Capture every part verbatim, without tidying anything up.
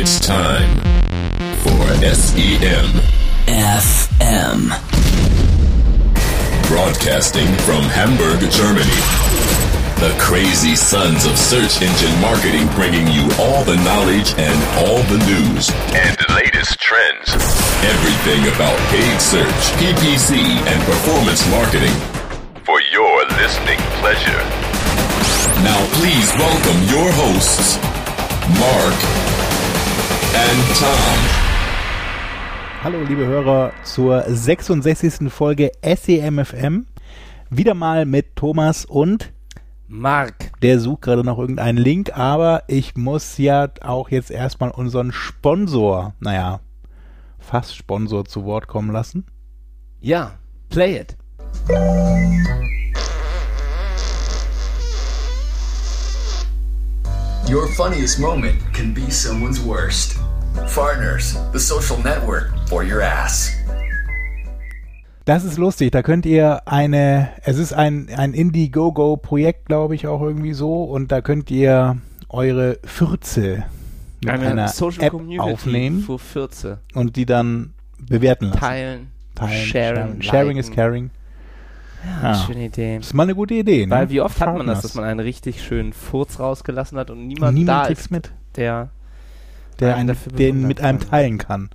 It's time for S E M F M. Broadcasting from Hamburg, Germany. The crazy sons of search engine marketing, bringing you all the knowledge and all the news and the latest trends. Everything about paid search, P P C, and performance marketing for your listening pleasure. Now please welcome your hosts, Mark and Tom. Hallo liebe Hörer zur sechsundsechzigsten Folge S E M F M. Wieder mal mit Thomas und Mark. Der sucht gerade noch irgendeinen Link, aber ich muss ja auch jetzt erstmal unseren Sponsor, naja, fast Sponsor zu Wort kommen lassen. Ja, play it. Your funniest moment can be someone's worst. Farners, the social network for your ass. Das ist lustig, da könnt ihr eine, es ist ein, ein Indiegogo-Projekt, glaube ich, auch irgendwie so, und da könnt ihr eure Fürze mit eine einer Social App Community aufnehmen für Fürze. Und die dann bewerten lassen. Teilen, Teilen sharen, sharing. Sharing is caring. Ja, Ja. schöne Idee. Das ist mal eine gute Idee, ne? Weil wie oft hat man Partners. das, dass man einen richtig schönen Furz rausgelassen hat und niemand, Niemand da kriegt's ist, mit, der, der einen einen, dafür den bewundern mit einem kann. teilen kann.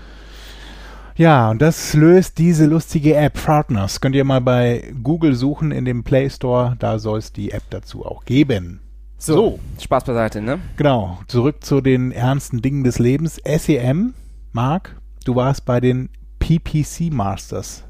Ja, und das löst diese lustige App Partners. Könnt ihr mal bei Google suchen in dem Play Store, da soll es die App dazu auch geben. So, So. Spaß beiseite, ne? Genau, zurück zu den ernsten Dingen des Lebens. S E M, Marc, du warst bei den P P C Masters.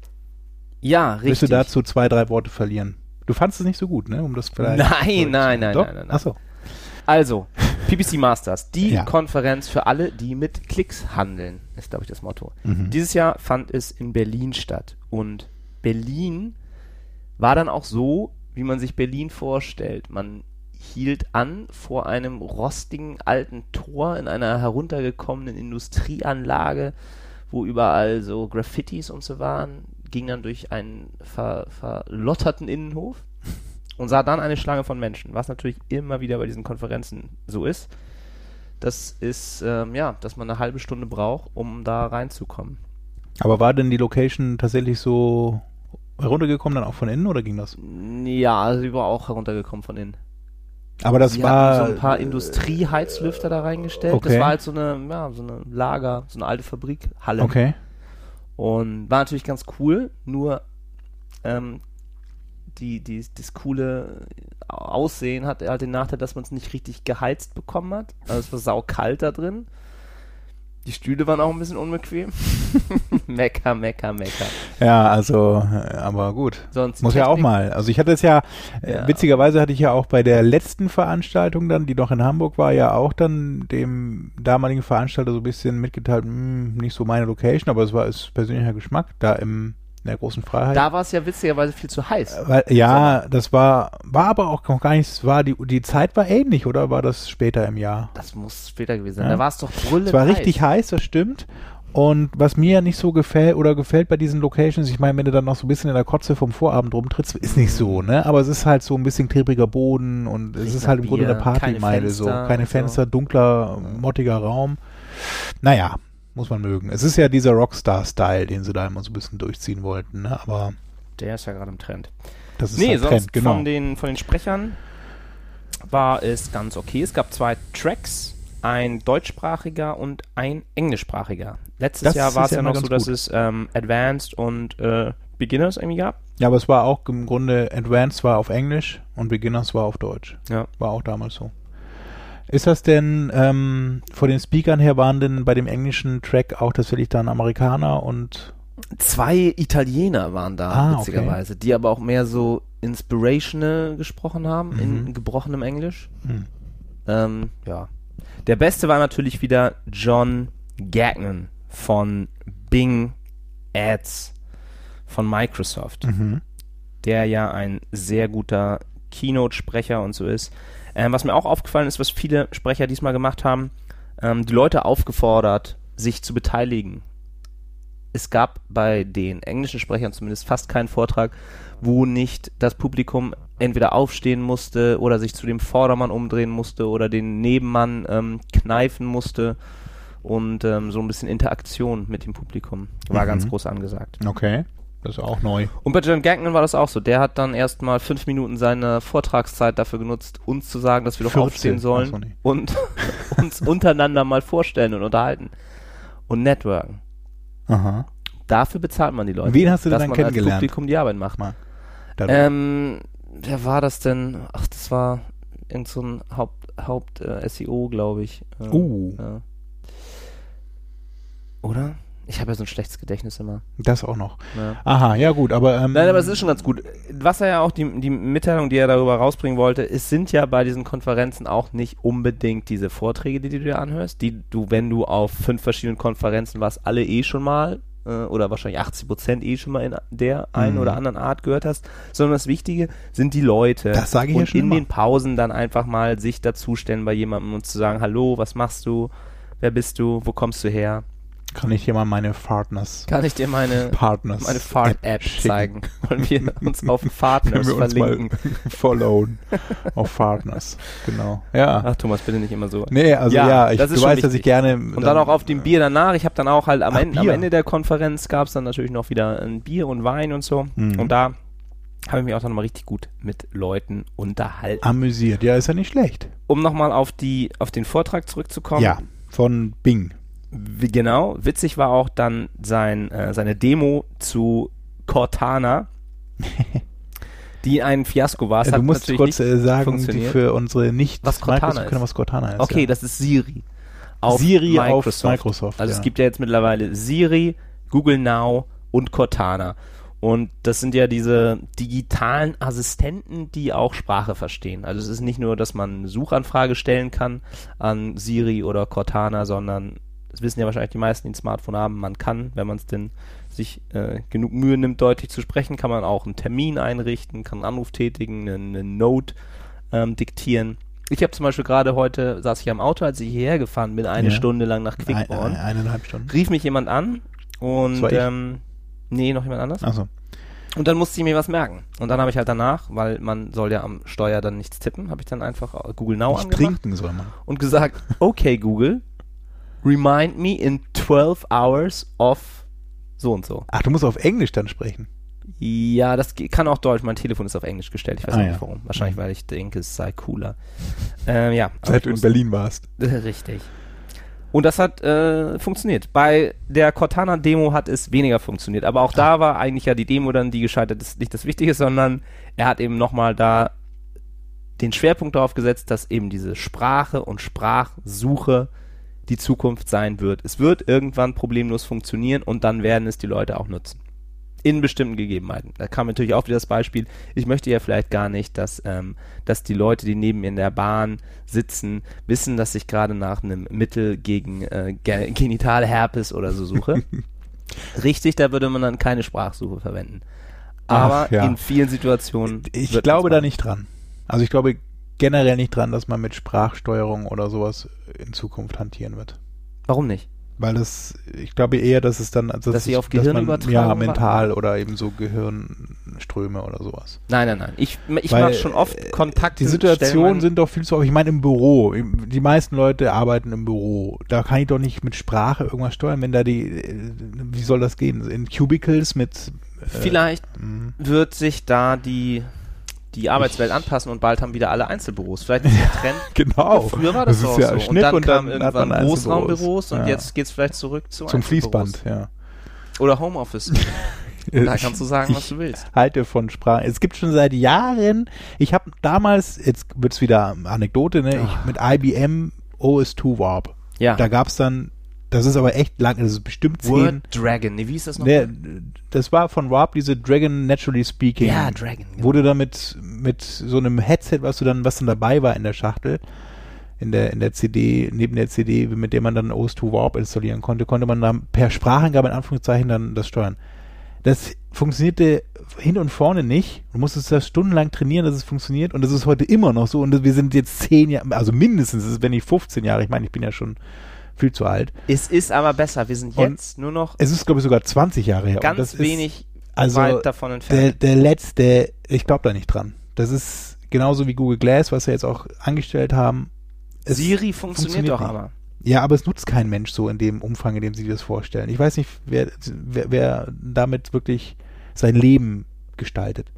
Ja, richtig. Willst du dazu zwei, drei Worte verlieren? Du fandest es nicht so gut, ne? Um das vielleicht Nein, nein, nein, Doch? nein, nein, nein. Achso. Also, P P C Masters, die Ja. Konferenz für alle, die mit Klicks handeln, ist, glaube ich, das Motto. Mhm. Dieses Jahr fand es in Berlin statt. Und Berlin war dann auch so, wie man sich Berlin vorstellt. Man hielt an vor einem rostigen alten Tor in einer heruntergekommenen Industrieanlage, wo überall so Graffitis und so waren, ging dann durch einen ver, verlotterten Innenhof und sah dann eine Schlange von Menschen, was natürlich immer wieder bei diesen Konferenzen so ist. Das ist, ähm, ja, dass man eine halbe Stunde braucht, um da reinzukommen. Aber war denn die Location tatsächlich so heruntergekommen, dann auch von innen, oder ging das? Ja, also die war auch heruntergekommen von innen. Aber das Sie war... hatten so ein paar Industrieheizlüfter da reingestellt. Okay. Das war halt so eine, ja, so eine Lager, so eine alte Fabrikhalle. Okay. Und war natürlich ganz cool, nur ähm, die, die, das coole Aussehen hat halt den Nachteil, dass man es nicht richtig geheizt bekommen hat. Also es war saukalt da drin. Die Stühle waren auch ein bisschen unbequem. Mecker, mecker, mecker. Ja, also, äh, aber gut. Sonst Muss ja auch Technik- mal. Also ich hatte es ja, äh, Ja. witzigerweise hatte ich ja auch bei der letzten Veranstaltung dann, die noch in Hamburg war, ja auch dann dem damaligen Veranstalter so ein bisschen mitgeteilt, mh, nicht so meine Location, aber es war ist persönlicher Geschmack, da im, in der großen Freiheit. Da war es ja witzigerweise viel zu heiß. Weil, ja, das war, war aber auch noch gar nicht, es war die, die Zeit war ähnlich, oder war das später im Jahr? Das muss später gewesen sein. Ja. Da war es doch brüllend Es war heiß. richtig heiß, das stimmt. Und was mir ja nicht so gefällt oder gefällt bei diesen Locations, ich meine, wenn du dann noch so ein bisschen in der Kotze vom Vorabend rumtrittst, ist nicht so, ne? Aber es ist halt so ein bisschen klebriger Boden und es Riecht ist nach halt im Grunde Bier, eine Partymeile keine so. Fenster Keine und so. Fenster, dunkler, mottiger Raum. Naja, muss man mögen. Es ist ja dieser Rockstar-Style, den sie da immer so ein bisschen durchziehen wollten, ne? Aber Der ist ja gerade im Trend. das ist Nee, halt sonst Trend, genau. von, den, von den Sprechern war es ganz okay. Es gab zwei Tracks, ein deutschsprachiger und ein englischsprachiger. Letztes Das Jahr war ist es ja ja immer noch so, ganz dass gut. es ähm, Advanced und äh, Beginners irgendwie gab. Ja, aber es war auch im Grunde, Advanced war auf Englisch und Beginners war auf Deutsch. Ja. War auch damals so. Ist das denn, ähm, von den Speakern her waren denn bei dem englischen Track auch tatsächlich dann Amerikaner und... Zwei Italiener waren da, Ah, witzigerweise, die aber auch mehr so inspirational gesprochen haben, Mhm. in gebrochenem Englisch. Hm. Ähm, ja. Der beste war natürlich wieder John Gagnon von Bing Ads von Microsoft, Mhm. der ja ein sehr guter Keynote-Sprecher und so ist. Ähm, was mir auch aufgefallen ist, was viele Sprecher diesmal gemacht haben, ähm, die Leute aufgefordert, sich zu beteiligen. es gab bei den englischen Sprechern zumindest fast keinen Vortrag, wo nicht das Publikum entweder aufstehen musste oder sich zu dem Vordermann umdrehen musste oder den Nebenmann ähm, kneifen musste und ähm, so ein bisschen Interaktion mit dem Publikum war Mhm. ganz groß angesagt. Okay, das ist auch neu. Und bei John Gagnon war das auch so. Der hat dann erstmal fünf Minuten seiner Vortragszeit dafür genutzt, uns zu sagen, dass wir doch vierzehn. aufstehen sollen Ach so, nee. und uns untereinander mal vorstellen und unterhalten und networken. Aha. Dafür bezahlt man die Leute. Wen hast du denn dass dann man kennengelernt? als Publikum die Arbeit macht. Mal. Dadurch. Ähm, wer war das denn? Ach, das war irgend so ein Haupt, Haupt äh, S E O, glaube ich. Ähm, Uh. Ja. Oder? Ich habe ja so ein schlechtes Gedächtnis immer. Das auch noch. Ja. Aha, ja gut, aber ähm, Nein, aber es ist schon ganz gut. Was er ja auch, die, die Mitteilung, die er darüber rausbringen wollte, es sind ja bei diesen Konferenzen auch nicht unbedingt diese Vorträge, die du dir anhörst, die du, wenn du auf fünf verschiedenen Konferenzen warst, alle eh schon mal äh, oder wahrscheinlich achtzig Prozent eh schon mal in der einen Mhm. oder anderen Art gehört hast, sondern das Wichtige sind die Leute. Das sage ich und ja schon in immer. den Pausen dann einfach mal sich dazustellen bei jemandem und zu sagen, hallo, was machst du, wer bist du, wo kommst du her? kann ich dir mal meine Partners, Kann ich dir meine, Partners meine Fahrt-App schicken? zeigen? Wollen wir uns auf Können Partners wir uns verlinken? mal followen auf Partners. Genau. Ja. Ach Thomas, bitte nicht immer so. Nee, also Ja, ja, ich, das ist du schon weißt, dass ich wichtig. gerne Und dann auch auf dem Bier danach. Ich habe dann auch halt am, Ach, Ende, am Bier. Ende der Konferenz gab es dann natürlich noch wieder ein Bier und Wein und so. Mhm. Und da habe ich mich auch dann mal richtig gut mit Leuten unterhalten. amüsiert. Ja, ist ja nicht schlecht. Um nochmal auf die auf den Vortrag zurückzukommen. Ja, von Bing. Wie, genau. Witzig war auch dann sein, äh, seine Demo zu Cortana, die ein Fiasko war. Es Ja, hat du musst natürlich kurz nicht äh, sagen, die funktioniert. für unsere nicht Was Cortana Microsoft ist. können, was Cortana ist. Okay, ja. das ist Siri. Auf Siri auf Microsoft. Microsoft, Also ja. es gibt ja jetzt mittlerweile Siri, Google Now und Cortana. Und das sind ja diese digitalen Assistenten, die auch Sprache verstehen. Also es ist nicht nur, dass man eine Suchanfrage stellen kann an Siri oder Cortana, sondern das wissen ja wahrscheinlich die meisten, die ein Smartphone haben. Man kann, wenn man es denn sich äh, genug Mühe nimmt, deutlich zu sprechen, kann man auch einen Termin einrichten, kann einen Anruf tätigen, eine, eine Note ähm, diktieren. Ich habe zum Beispiel gerade heute, saß ich am Auto, als ich hierher gefahren bin, eine Ja. Stunde lang nach Ein, Quickborn, ein, eineinhalb Stunden. rief mich jemand an und Das war ich. ähm, nee, noch jemand anders. Achso. Und dann musste ich mir was merken. Und dann habe ich halt danach, weil man soll ja am Steuer dann nichts tippen, habe ich dann einfach Google Now Nicht angemacht trinken soll man. und gesagt, okay Google, remind me in twelve hours of so und so. Ach, du musst auf Englisch dann sprechen. Ja, das ge- kann auch Deutsch. Mein Telefon ist auf Englisch gestellt. Ich weiß Ah, auch ja. nicht warum. Wahrscheinlich, weil ich denke, es sei cooler. Ähm, ja. aber Seit ich du in musste- Berlin warst. Richtig. Und das hat äh, funktioniert. Bei der Cortana-Demo hat es weniger funktioniert. Aber auch da war eigentlich ja die Demo dann, die gescheitert ist, nicht das Wichtige, sondern er hat eben nochmal da den Schwerpunkt darauf gesetzt, dass eben diese Sprache und Sprachsuche die Zukunft sein wird. Es wird irgendwann problemlos funktionieren und dann werden es die Leute auch nutzen. In bestimmten Gegebenheiten. Da kam natürlich auch wieder das Beispiel, ich möchte ja vielleicht gar nicht, dass, ähm, dass die Leute, die neben mir in der Bahn sitzen, wissen, dass ich gerade nach einem Mittel gegen äh, Ge- Genitalherpes oder so suche. Richtig, da würde man dann keine Sprachsuche verwenden. Aber Ach, ja. in vielen Situationen Ich wird glaube man's da machen. nicht dran. Also ich glaube generell nicht dran, dass man mit Sprachsteuerung oder sowas in Zukunft hantieren wird. Warum nicht? Weil das, ich glaube eher, dass es dann, also Dass sie es- auf Gehirnübertragung Ja, warten? mental oder eben so Gehirnströme oder sowas. Nein, nein, nein. Ich, ich Weil, mache schon oft äh, Kontakte. Die stell Situationen mein- sind doch viel zu oft. Ich meine im Büro. Die meisten Leute arbeiten im Büro. Da kann ich doch nicht mit Sprache irgendwas steuern, wenn da die, äh, wie soll das gehen? In Cubicles mit äh, Vielleicht mh. wird sich da die, die Arbeitswelt anpassen und bald haben wieder alle Einzelbüros. Vielleicht ist der Trend. Genau. Früher war das, das ist auch ja so. Schnitt und dann und kam dann hat man irgendwann Einzelbüros. Großraumbüros und Ja. jetzt geht's vielleicht zurück zu Zum Einzelbüros. Fließband, ja. Oder Homeoffice. Da kannst du sagen, was du willst. Halte von Sprache. Es gibt schon seit Jahren, ich habe damals, jetzt wird's wieder Anekdote, ne? Ich, mit I B M O S zwei Warp. Ja. Da gab's dann, das ist aber echt lang, das ist bestimmt zehn. Word Dragon. Nee, wie ist das noch? Ne, das war von Warp diese Dragon Naturally Speaking. Ja, Dragon, genau. Wurde dann mit, mit so einem Headset, was du dann, was dann dabei war in der Schachtel, in der, in der C D, neben der C D, mit der man dann O S zwei Warp installieren konnte, konnte man dann per Sprachangabe in Anführungszeichen dann das steuern. Das funktionierte hin und vorne nicht. Du musstest das stundenlang trainieren, dass es funktioniert. Und das ist heute immer noch so. Und wir sind jetzt zehn Jahre, also mindestens, wenn nicht fünfzehn Jahre. Ich meine, ich bin ja schon viel zu alt. Es ist aber besser. Wir sind jetzt Und nur noch Es ist, glaube ich, sogar zwanzig Jahre her. ganz und das wenig ist, also weit davon entfernt. Der, der letzte, ich glaube da nicht dran. Das ist genauso wie Google Glass, was sie jetzt auch angestellt haben. Es Siri funktioniert, funktioniert doch nicht. aber. Ja, aber es nutzt kein Mensch so in dem Umfang, in dem sie das vorstellen. Ich weiß nicht, wer, wer, wer damit wirklich sein Leben gestaltet.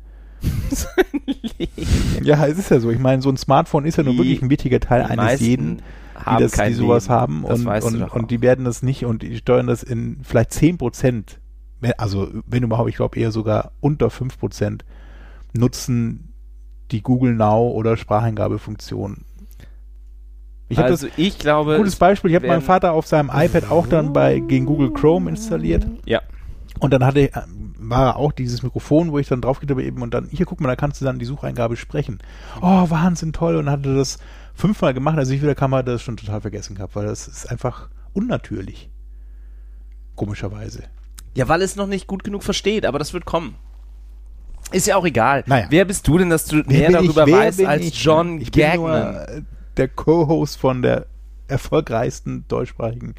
Ja, es ist ja so. Ich meine, so ein Smartphone ist ja nur Die- wirklich ein wichtiger Teil die eines meisten jeden, die, haben das, kein die sowas Leben. haben Das und, weißt du und, doch und auch. die werden das nicht und die steuern das in vielleicht zehn Prozent, wenn- also wenn überhaupt, ich glaube eher sogar unter fünf Prozent nutzen die Google Now oder Spracheingabefunktion. Ich habe Also ich glaube, das gutes Beispiel, ich habe meinem werden- Vater auf seinem iPad auch dann bei gegen Google Chrome installiert. ja, Und dann hatte, war auch dieses Mikrofon, wo ich dann draufgeklickt habe eben und dann, hier, guck mal, da kannst du dann die Sucheingabe sprechen. Oh, Wahnsinn, toll. Und hatte das fünfmal gemacht, als ich wieder kam, hat er das schon total vergessen gehabt, weil das ist einfach unnatürlich. Komischerweise. ja, weil es noch nicht gut genug versteht, aber das wird kommen. Ist ja auch egal. Naja. Wer bist du denn, dass du Wer mehr bin darüber ich? Wer weißt bin als ich? John Ich bin Gagnon? nur äh, der Co-Host von der erfolgreichsten deutschsprachigen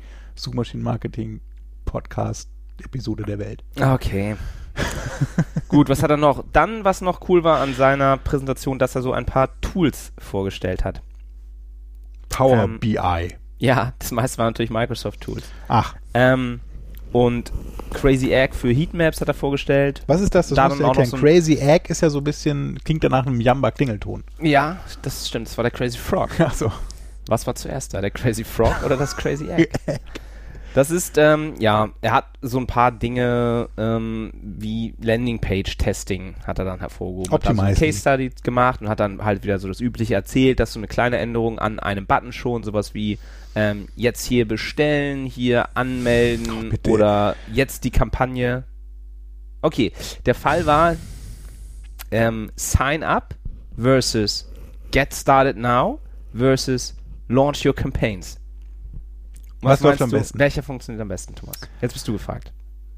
Suchmaschinen-Marketing-Podcast-Episode der Welt. Okay. Gut, was hat er noch? Dann, was noch cool war an seiner Präsentation, dass er so ein paar Tools vorgestellt hat. Power Ähm, B I. Ja, das meiste waren natürlich Microsoft-Tools. Ach, Ähm, und Crazy Egg für Heatmaps hat er vorgestellt. was ist das? Das Da musst du dann auch noch erklären. so ein- Crazy Egg ist ja so ein bisschen, klingt danach einem Jamba-Klingelton. Ja, das stimmt, das war der Crazy Frog. Achso. Was war zuerst da, der Crazy Frog oder das Crazy Egg? Das ist, ähm, ja, er hat so ein paar Dinge ähm, wie Landingpage-Testing hat er dann hervorgehoben. Hat dann so eine Optimizen. Case Study gemacht und hat dann halt wieder so das Übliche erzählt, dass so eine kleine Änderung an einem Button schon, sowas wie ähm, jetzt hier bestellen, hier anmelden Oh, bitte. oder jetzt die Kampagne. Okay, der Fall war ähm, Sign Up versus Get Started Now versus Launch Your Campaigns. Was läuft meinst am du, besten? Welcher funktioniert am besten, Thomas? Jetzt bist du gefragt.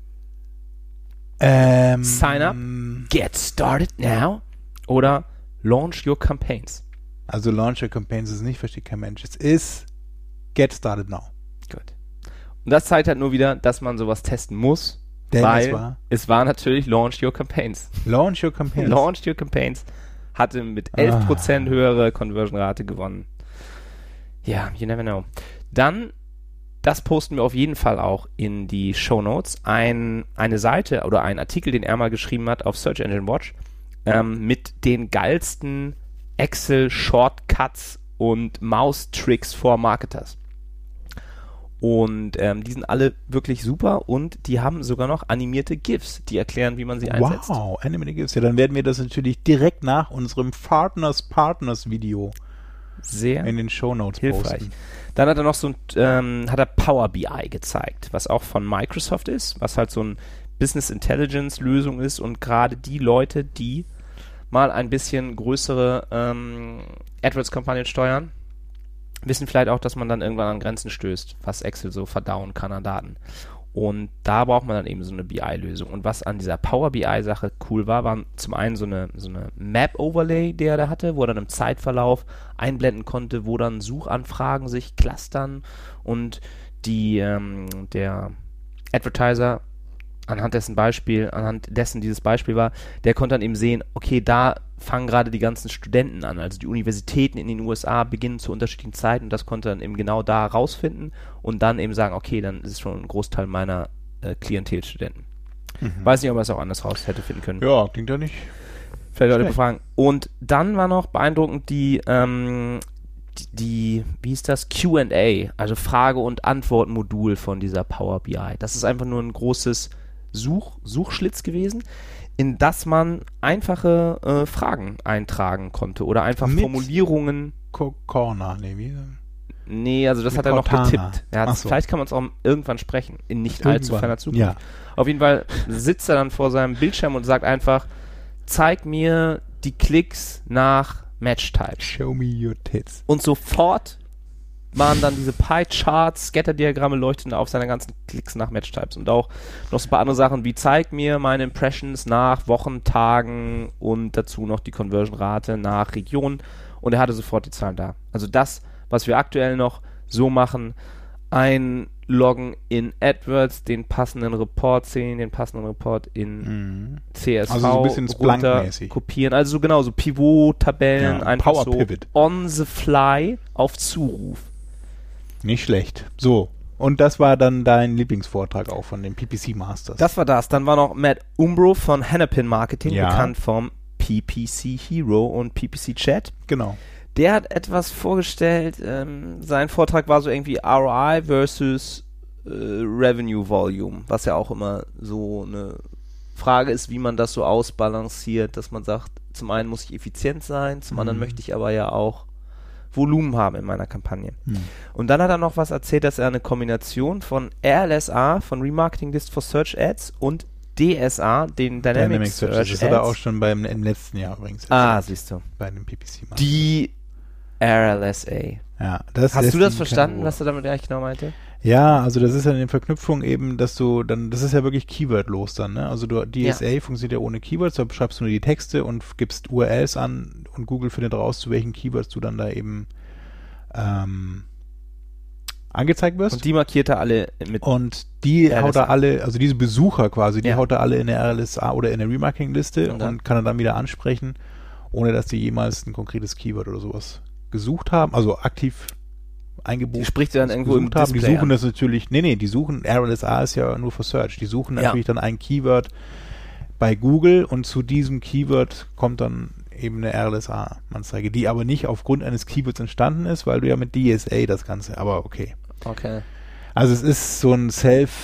Ähm, Sign up. Get Started Now oder Launch Your Campaigns. Also Launcher Campaigns ist nicht, versteht kein Mensch. Es ist Get Started Now. Gut. Und das zeigt halt nur wieder, dass man sowas testen muss, Denn weil es war es war natürlich Launch Your Campaigns. Launch Your Campaigns. Launch Your Campaigns hatte mit elf Prozent Ah. höhere Conversion-Rate gewonnen. Ja, you never know. Dann, das posten wir auf jeden Fall auch in die Shownotes, ein, eine Seite oder ein Artikel, den er mal geschrieben hat auf Search Engine Watch, ähm, mit den geilsten Excel-Shortcuts und Mouse-Tricks for Marketers. Und ähm, die sind alle wirklich super und die haben sogar noch animierte GIFs, die erklären, wie man sie einsetzt. Wow, Animated GIFs. Ja, dann werden wir das natürlich direkt nach unserem Partners Partners Video Sehr in den Shownotes hilfreich. posten. Dann hat er noch so ein, ähm, hat er Power B I gezeigt, was auch von Microsoft ist, was halt so ein Business Intelligence Lösung ist und gerade die Leute, die mal ein bisschen größere ähm, AdWords-Kampagnen steuern, wissen vielleicht auch, dass man dann irgendwann an Grenzen stößt, was Excel so verdauen kann an Daten. Und da braucht man dann eben so eine B I-Lösung. Und was an dieser Power B I-Sache cool war, war zum einen so eine, so eine Map-Overlay, die er da hatte, wo er dann im Zeitverlauf einblenden konnte, wo dann Suchanfragen sich clustern und die, ähm, der Advertiser anhand dessen Beispiel, anhand dessen dieses Beispiel war, der konnte dann eben sehen, okay, da fangen gerade die ganzen Studenten an, also die Universitäten in den U S A beginnen zu unterschiedlichen Zeiten und das konnte dann eben genau da rausfinden und dann eben sagen, okay, dann ist es schon ein Großteil meiner äh, Klientelstudenten. Mhm. Weiß nicht, ob er es auch anders raus hätte finden können. Ja, klingt ja nicht. Vielleicht Leute schlecht. befragen. Und dann war noch beeindruckend die, ähm, die, die, wie hieß das? Q and A, also Frage- und Antwort-Modul von dieser Power B I. Das ist einfach nur ein großes Such, Suchschlitz gewesen, in das man einfache äh, Fragen eintragen konnte oder einfach Mit Formulierungen. Co- Corner, nee, wie? Nee, also das Mit hat er noch Cortana. getippt. Er Ach hat's, so. Vielleicht kann man es auch irgendwann sprechen, in nicht allzu Irgendwann. ferner Zukunft. Ja. Auf jeden Fall sitzt er dann vor seinem Bildschirm und sagt einfach, zeig mir die Klicks nach Match-Types. Show me your tits. Und sofort waren dann diese Pie-Charts, Scatter-Diagramme leuchten auf seine ganzen Klicks nach Match-Types. Und auch noch so ein paar andere Sachen wie zeig mir meine Impressions nach Wochen, Tagen und dazu noch die Conversion-Rate nach Region. Und er hatte sofort die Zahlen da. Also das, was wir aktuell noch so machen, einloggen in AdWords, den passenden Report sehen, den passenden Report in Mhm. C S V Also so ein bisschen Splunk-mäßig. kopieren. Also so genau, so Pivot-Tabellen, Ja, einfach Power so Pivot. on the fly auf Zuruf. Nicht schlecht. So. Und das war dann dein Lieblingsvortrag auch von den P P C Masters. Das war das. Dann war noch Matt Umbro von Hennepin Marketing, Ja. bekannt vom P P C Hero und P P C Chat. Genau. Der hat etwas vorgestellt, ähm, sein Vortrag war so irgendwie R O I versus äh, Revenue Volume, was ja auch immer so eine Frage ist, wie man das so ausbalanciert, dass man sagt, zum einen muss ich effizient sein, zum Mhm. anderen möchte ich aber ja auch Volumen haben in meiner Kampagne. Hm. Und dann hat er noch was erzählt, dass er eine Kombination von R L S A, von Remarketing List for Search Ads und D S A, den Dynamic, Dynamic Search. Search Das Ads. hat er auch schon beim, im letzten Jahr übrigens. Ah, siehst du. Bei dem P P C Masters. Die R L S A. Ja, das Hast lässt du das ihn verstanden, keine Ruhe. was er damit eigentlich genau meinte? Ja, also das ist ja eine Verknüpfung eben, dass du dann, das ist ja wirklich Keyword-los dann, ne? Also du, D S A Ja. funktioniert ja ohne Keywords, da schreibst du nur die Texte und gibst U R Ls an und Google findet raus, zu welchen Keywords du dann da eben ähm, angezeigt wirst. Und die markiert er alle mit. Und die R L S A. haut er alle, also diese Besucher quasi, die Ja. haut er alle in der R L S A oder in der Remarketing-Liste Und und, dann? kann er dann wieder ansprechen, ohne dass die jemals ein konkretes Keyword oder sowas gesucht haben, also aktiv eingebucht. Die spricht er dann irgendwo im gesucht haben. Die Display suchen an. das natürlich, nee, nee, die suchen, R L S A ist ja nur für Search, die suchen Ja. natürlich dann ein Keyword bei Google und zu diesem Keyword kommt dann eben eine R L S A-Anzeige, die aber nicht aufgrund eines Keywords entstanden ist, weil du ja mit D S A das Ganze, aber okay. Okay. Also es ist so ein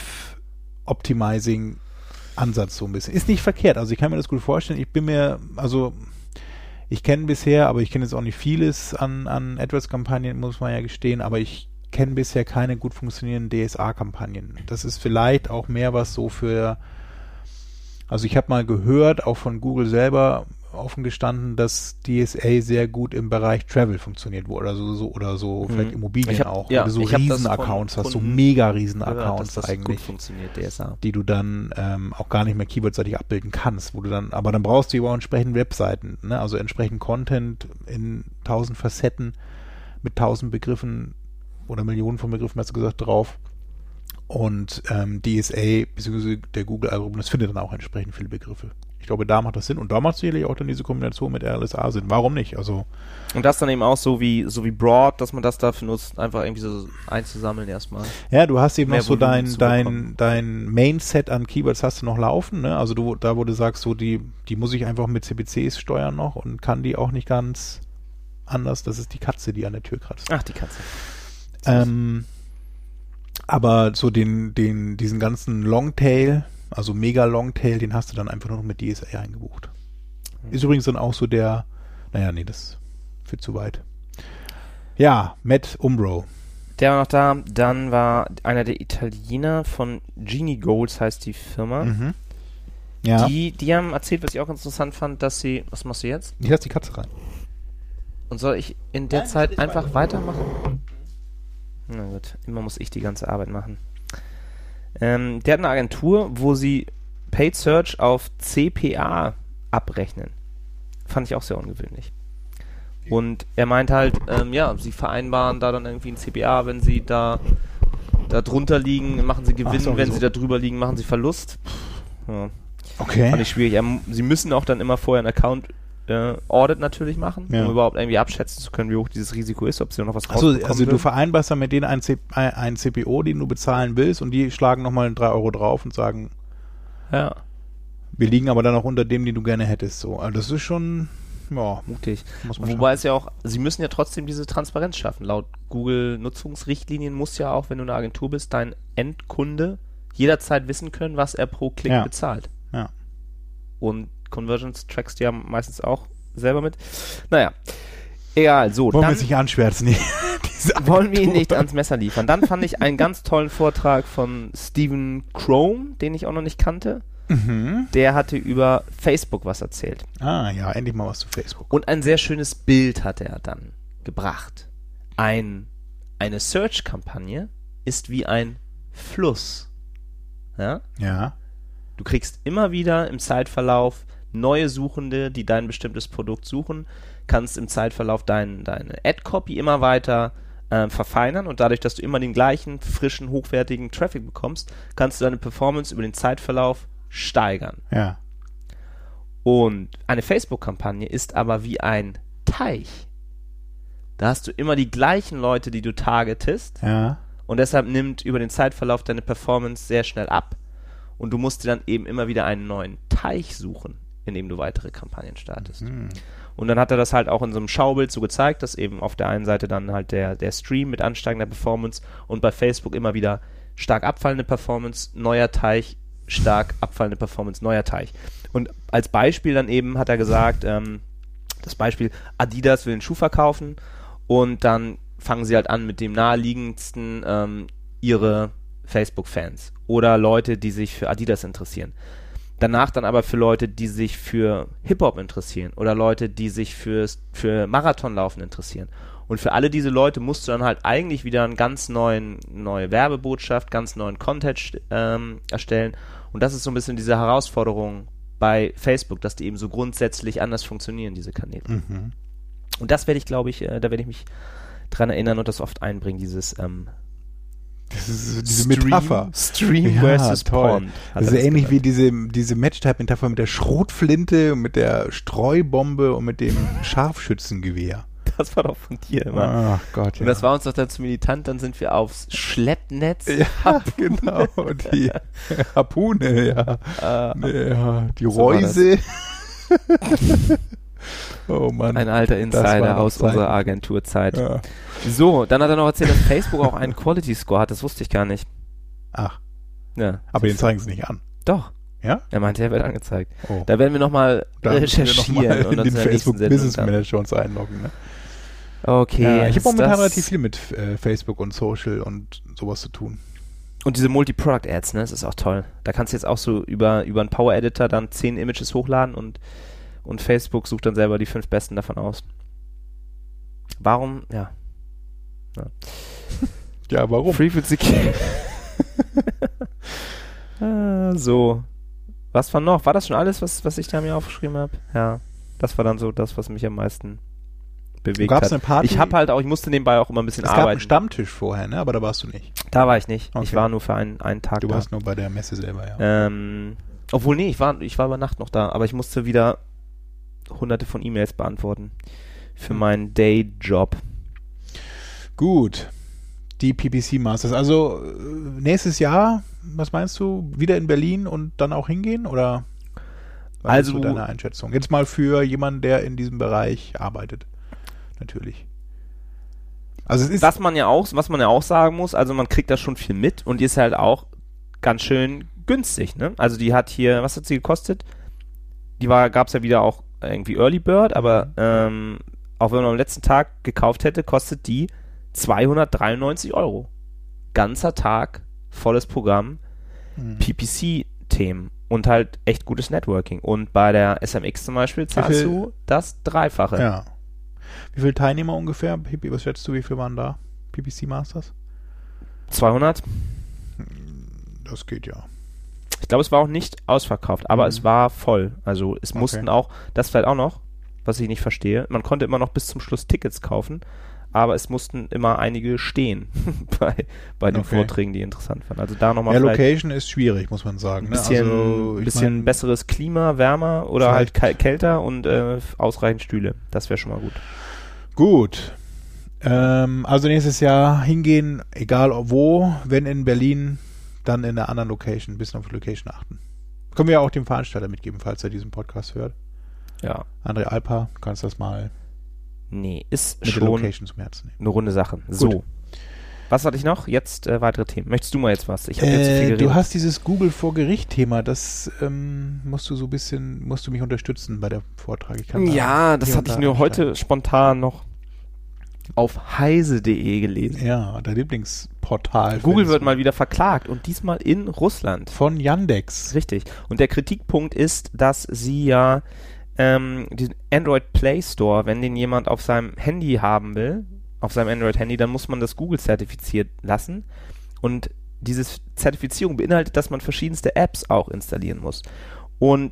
Self-Optimizing-Ansatz so ein bisschen. Ist nicht verkehrt, also ich kann mir das gut vorstellen. Ich bin mir, also ich kenne bisher, aber ich kenne jetzt auch nicht vieles an, an AdWords-Kampagnen, muss man ja gestehen, aber ich kenne bisher keine gut funktionierenden D S A-Kampagnen. Das ist vielleicht auch mehr was so für, also ich habe mal gehört, auch von Google selber offen gestanden, dass D S A sehr gut im Bereich Travel funktioniert, wo oder so, so oder so Mhm. vielleicht Immobilien Ich hab- auch, ja, wo du so ich hab das Riesen-Accounts von hast, so Kunden mega riesen Gehört, Accounts dass das eigentlich, gut funktioniert, D S A. die du dann ähm, auch gar nicht mehr keywordseitig abbilden kannst, wo du dann, aber dann brauchst du eben auch entsprechend Webseiten, ne? Also entsprechend Content in tausend Facetten mit tausend Begriffen oder Millionen von Begriffen, hast du gesagt, drauf. Und ähm, D S A bzw. der Google-Algorithmus findet dann auch entsprechend viele Begriffe. Ich glaube, da macht das Sinn und da macht sicherlich auch dann diese Kombination mit R L S A Sinn. Warum nicht? Also Und das dann eben auch so wie so wie Broad, dass man das dafür nutzt, einfach irgendwie so einzusammeln erstmal. ja, du hast eben Mehr noch so Volumen dein zu dein bekommen. dein Main-Set an Keywords hast du noch laufen, ne? Also du da wo du sagst, so die die muss ich einfach mit C P Cs steuern noch und kann die auch nicht ganz anders. Das ist die Katze, die an der Tür kratzt. Ach, die Katze. Ähm, aber so den, den, diesen ganzen Longtail, also mega Longtail, den hast du dann einfach nur noch mit D S A eingebucht. Ist übrigens dann auch so der, naja, nee, das führt zu weit. Ja, Matt Umbro. Der war noch da. Dann war einer der Italiener von Genie Goals, heißt die Firma. Mhm. Ja, Die, die haben erzählt, was ich auch interessant fand, dass sie. Was machst du jetzt? ich lass die Katze rein. Und soll ich in der Nein, Zeit ich einfach weiter. weitermachen? Na gut, immer muss ich die ganze Arbeit machen. Ähm, der hat eine Agentur, wo sie Paid Search auf C P A abrechnen. Fand ich auch sehr ungewöhnlich. Und er meint halt, ähm, ja, sie vereinbaren da dann irgendwie ein C P A, wenn sie da, da drunter liegen, machen sie Gewinn, Ach so, wenn so. sie da drüber liegen, machen sie Verlust. Pff, ja. Okay. Fand ich schwierig. Ja, m- sie müssen auch dann immer vorher einen Account äh, Audit natürlich machen, Ja. um überhaupt irgendwie abschätzen zu können, wie hoch dieses Risiko ist, ob sie noch was Also, rausbekommen also du würden. vereinbarst dann mit denen ein, C ein, ein C P O, den du bezahlen willst und die schlagen nochmal drei Euro drauf und sagen, Ja, wir liegen aber dann auch unter dem, den du gerne hättest. So, also das ist schon, ja, mutig. muss man Wobei es ja auch, sie müssen ja trotzdem diese Transparenz schaffen. Laut Google-Nutzungsrichtlinien muss ja auch, wenn du eine Agentur bist, dein Endkunde jederzeit wissen können, was er pro Klick Ja. bezahlt. Ja. Und Conversions trackst du ja meistens auch selber mit. Naja, egal, so. wollen dann wir es nicht anschwärzen. Nee. Diese wollen wir ihn Agentur. nicht ans Messer liefern. Dann fand ich einen ganz tollen Vortrag von Stephen Crome, den ich auch noch nicht kannte. Mhm. Der hatte über Facebook was erzählt. Ah, ja, endlich mal was zu Facebook. Und ein sehr schönes Bild hatte er dann gebracht. Ein, eine Search-Kampagne ist wie ein Fluss. Ja? Ja. Du kriegst immer wieder im Zeitverlauf neue Suchende, die dein bestimmtes Produkt suchen, kannst im Zeitverlauf dein, deine Ad-Copy immer weiter äh, verfeinern und dadurch, dass du immer den gleichen, frischen, hochwertigen Traffic bekommst, kannst du deine Performance über den Zeitverlauf steigern. Ja. Und eine Facebook-Kampagne ist aber wie ein Teich. Da hast du immer die gleichen Leute, die du targetest. Ja. Und deshalb nimmt über den Zeitverlauf deine Performance sehr schnell ab. Und du musst dir dann eben immer wieder einen neuen Teich suchen, in dem du weitere Kampagnen startest. Mhm. Und dann hat er das halt auch in so einem Schaubild so gezeigt, dass eben auf der einen Seite dann halt der, der Stream mit ansteigender Performance und bei Facebook immer wieder stark abfallende Performance, neuer Teich, stark abfallende Performance, neuer Teich. Und als Beispiel dann eben hat er gesagt, ähm, das Beispiel, Adidas will einen Schuh verkaufen und dann fangen sie halt an mit dem naheliegendsten ähm, ihre Facebook-Fans oder Leute, die sich für Adidas interessieren. Danach dann aber für Leute, die sich für Hip-Hop interessieren oder Leute, die sich fürs, für Marathonlaufen interessieren. Und für alle diese Leute musst du dann halt eigentlich wieder einen ganz neuen, neue Werbebotschaft, ganz neuen Content ähm, erstellen. Und das ist so ein bisschen diese Herausforderung bei Facebook, dass die eben so grundsätzlich anders funktionieren, diese Kanäle. Mhm. Und das werde ich, glaube ich, äh, da werde ich mich dran erinnern und das oft einbringen, dieses ähm, Das ist so diese Stream, Metapher. Stream Ja, versus toll. Pond. hat Das ist er ja ähnlich genannt. wie diese, diese Match-Type-Metapher mit der Schrotflinte und mit der Streubombe und mit dem Scharfschützengewehr. Das war doch von dir immer. Ach Gott, ja. Und das war uns doch dann zu militant, dann sind wir aufs Schleppnetz. Ja, genau. Die Harpune, ja. Äh, ja die so war Reuse. Oh Mann. Ein alter Das Insider war noch aus Zeit. unserer Agenturzeit. Ja. So, dann hat er noch erzählt, dass Facebook auch einen Quality Score hat. Das wusste ich gar nicht. Ach, Ja. aber den zeigen sie nicht an. Doch. Ja? Er meinte, er wird angezeigt. Oh. Da werden wir nochmal Da müssen wir noch recherchieren mal und in uns den in der nächsten Facebook Sendung Business dann- Manager uns einloggen. Ne? Okay. Ja, ich habe ist momentan das- relativ viel mit äh, Facebook und Social und sowas zu tun. Und diese Multi-Product-Ads, ne, das ist auch toll. Da kannst du jetzt auch so über, über einen Power-Editor dann zehn Images hochladen und, und Facebook sucht dann selber die fünf besten davon aus. Warum? Ja. ja. Ja, warum? Frequency ah, so. Was war noch? War das schon alles, was, was ich da mir aufgeschrieben habe? Ja. Das war dann so das, was mich am meisten bewegt Gab's hat. eine Party? Ich habe halt auch, ich musste nebenbei auch immer ein bisschen Es gab einen arbeiten. Stammtisch vorher, ne? Aber da warst du nicht. Da war ich nicht. Okay. Ich war nur für einen, einen Tag Du da. warst nur bei der Messe selber, ja. Ähm, obwohl, nee, ich war, ich war über Nacht noch da, aber ich musste wieder hunderte von E-Mails beantworten für meinen Day-Job. Gut. Die P P C Masters. Also äh, nächstes Jahr, was meinst du? Wieder in Berlin und dann auch hingehen? Oder was Also- ist so deine Einschätzung? Jetzt mal für jemanden, der in diesem Bereich arbeitet. Natürlich. Also es ist. Was man ja auch, was man ja auch sagen muss, also man kriegt da schon viel mit und die ist halt auch ganz schön günstig, ne? Also die hat hier, was hat sie gekostet? Die war, gab's ja wieder auch irgendwie Early Bird, aber ähm, auch wenn man am letzten Tag gekauft hätte, kostet die zweihundertdreiundneunzig Euro. Ganzer Tag, volles Programm, Hm. P P C-Themen und halt echt gutes Networking. Und bei der S M X zum Beispiel zahlst viel- du das Dreifache. Ja. Wie viele Teilnehmer ungefähr? P P, was schätzt du, wie viele waren da? P P C Masters? zweihundert? Das geht ja. Ich glaube, es war auch nicht ausverkauft, aber Mhm. es war voll. Also es Okay. mussten auch, das vielleicht auch noch, was ich nicht verstehe, man konnte immer noch bis zum Schluss Tickets kaufen, aber es mussten immer einige stehen bei, bei den Okay. Vorträgen, die interessant waren. Also da nochmal Ja, vielleicht Location ist schwierig, muss man sagen. ein Ne? bisschen, also, ich bisschen mein, besseres Klima, wärmer oder halt vielleicht- kal- kälter und äh, ausreichend Stühle. Das wäre schon mal gut. Gut. Ähm, also nächstes Jahr hingehen, egal wo, wenn in Berlin, dann in einer anderen Location, ein bisschen auf die Location achten. Können wir ja auch dem Veranstalter mitgeben, falls er diesen Podcast hört. Ja. André Alpa, du kannst das mal Nee, ist mit der schon Location zum Herzen nehmen. eine runde Sache. So. Was hatte ich noch? Jetzt äh, weitere Themen. Möchtest du mal jetzt was? Ich habe jetzt zu viel Äh, geredet. du hast dieses Google vor Gericht-Thema, das ähm, musst du so ein bisschen, musst du mich unterstützen bei der Vortrag. Ich kann da Ja, das hier hatte und ich da nur heute einsteigen. spontan noch auf heise punkt de gelesen. Ja, dein Lieblingsportal. Google für wird das- mal wieder verklagt und diesmal in Russland. von Yandex. Richtig. Und der Kritikpunkt ist, dass sie ja ähm, diesen Android Play Store, wenn den jemand auf seinem Handy haben will, auf seinem Android-Handy, dann muss man das Google zertifiziert lassen. Und diese Zertifizierung beinhaltet, dass man verschiedenste Apps auch installieren muss. Und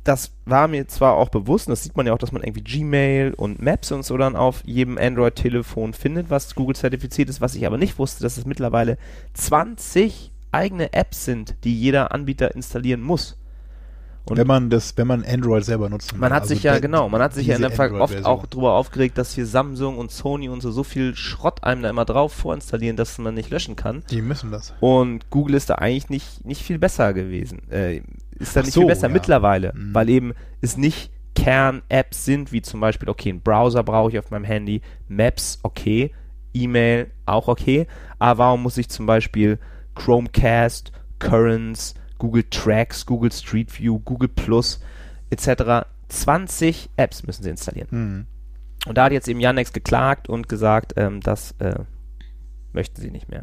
das war mir zwar auch bewusst, und das sieht man ja auch, dass man irgendwie Gmail und Maps und so dann auf jedem Android-Telefon findet, was Google zertifiziert ist, was ich aber nicht wusste, dass es mittlerweile zwanzig eigene Apps sind, die jeder Anbieter installieren muss. Und wenn man das, wenn man Android selber nutzen will. Man hat also sich ja, de- genau, man hat sich ja in der Ver- oft Android-Version. auch drüber aufgeregt, dass hier Samsung und Sony und so, so viel Schrott einem da immer drauf vorinstallieren, dass man nicht löschen kann. Die müssen das. Und Google ist da eigentlich nicht, nicht viel besser gewesen. Äh, ist da Ach nicht so, viel besser ja. mittlerweile, Mhm. weil eben es nicht Kern-Apps sind, wie zum Beispiel, okay, einen Browser brauche ich auf meinem Handy, Maps, okay, E-Mail, auch okay, aber warum muss ich zum Beispiel Chromecast, Currents, Google Tracks, Google Street View, Google Plus et cetera. zwanzig Apps müssen sie installieren. Mhm. Und da hat jetzt eben Yandex geklagt und gesagt, ähm, das äh, möchten sie nicht mehr.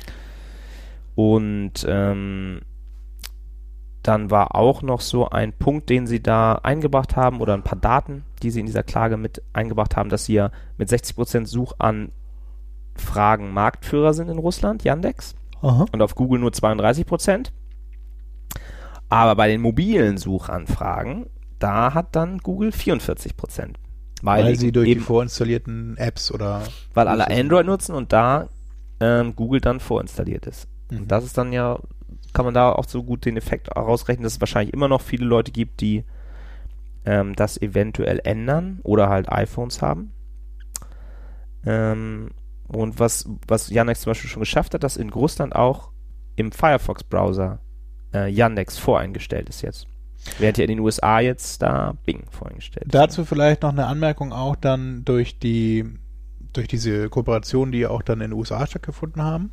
Und ähm, dann war auch noch so ein Punkt, den sie da eingebracht haben, oder ein paar Daten, die sie in dieser Klage mit eingebracht haben, dass sie ja mit sechzig Prozent Suchanfragen Marktführer sind in Russland, Yandex, Aha. und auf Google nur zweiunddreißig Prozent. Aber bei den mobilen Suchanfragen, da hat dann Google vierundvierzig Prozent. Weil, Weil sie durch eben, die vorinstallierten Apps oder... weil alle Android nutzen und da ähm, Google dann vorinstalliert ist. Mhm. Und das ist dann ja, kann man da auch so gut den Effekt herausrechnen, dass es wahrscheinlich immer noch viele Leute gibt, die ähm, das eventuell ändern oder halt iPhones haben. Ähm, und was, was Yandex zum Beispiel schon geschafft hat, dass in Russland auch im Firefox-Browser äh, Yandex voreingestellt ist jetzt. Während hier in den U S A jetzt da Bing voreingestellt ist. Dazu vielleicht noch eine Anmerkung auch dann durch die durch diese Kooperationen, die ja auch dann in den U S A stattgefunden haben.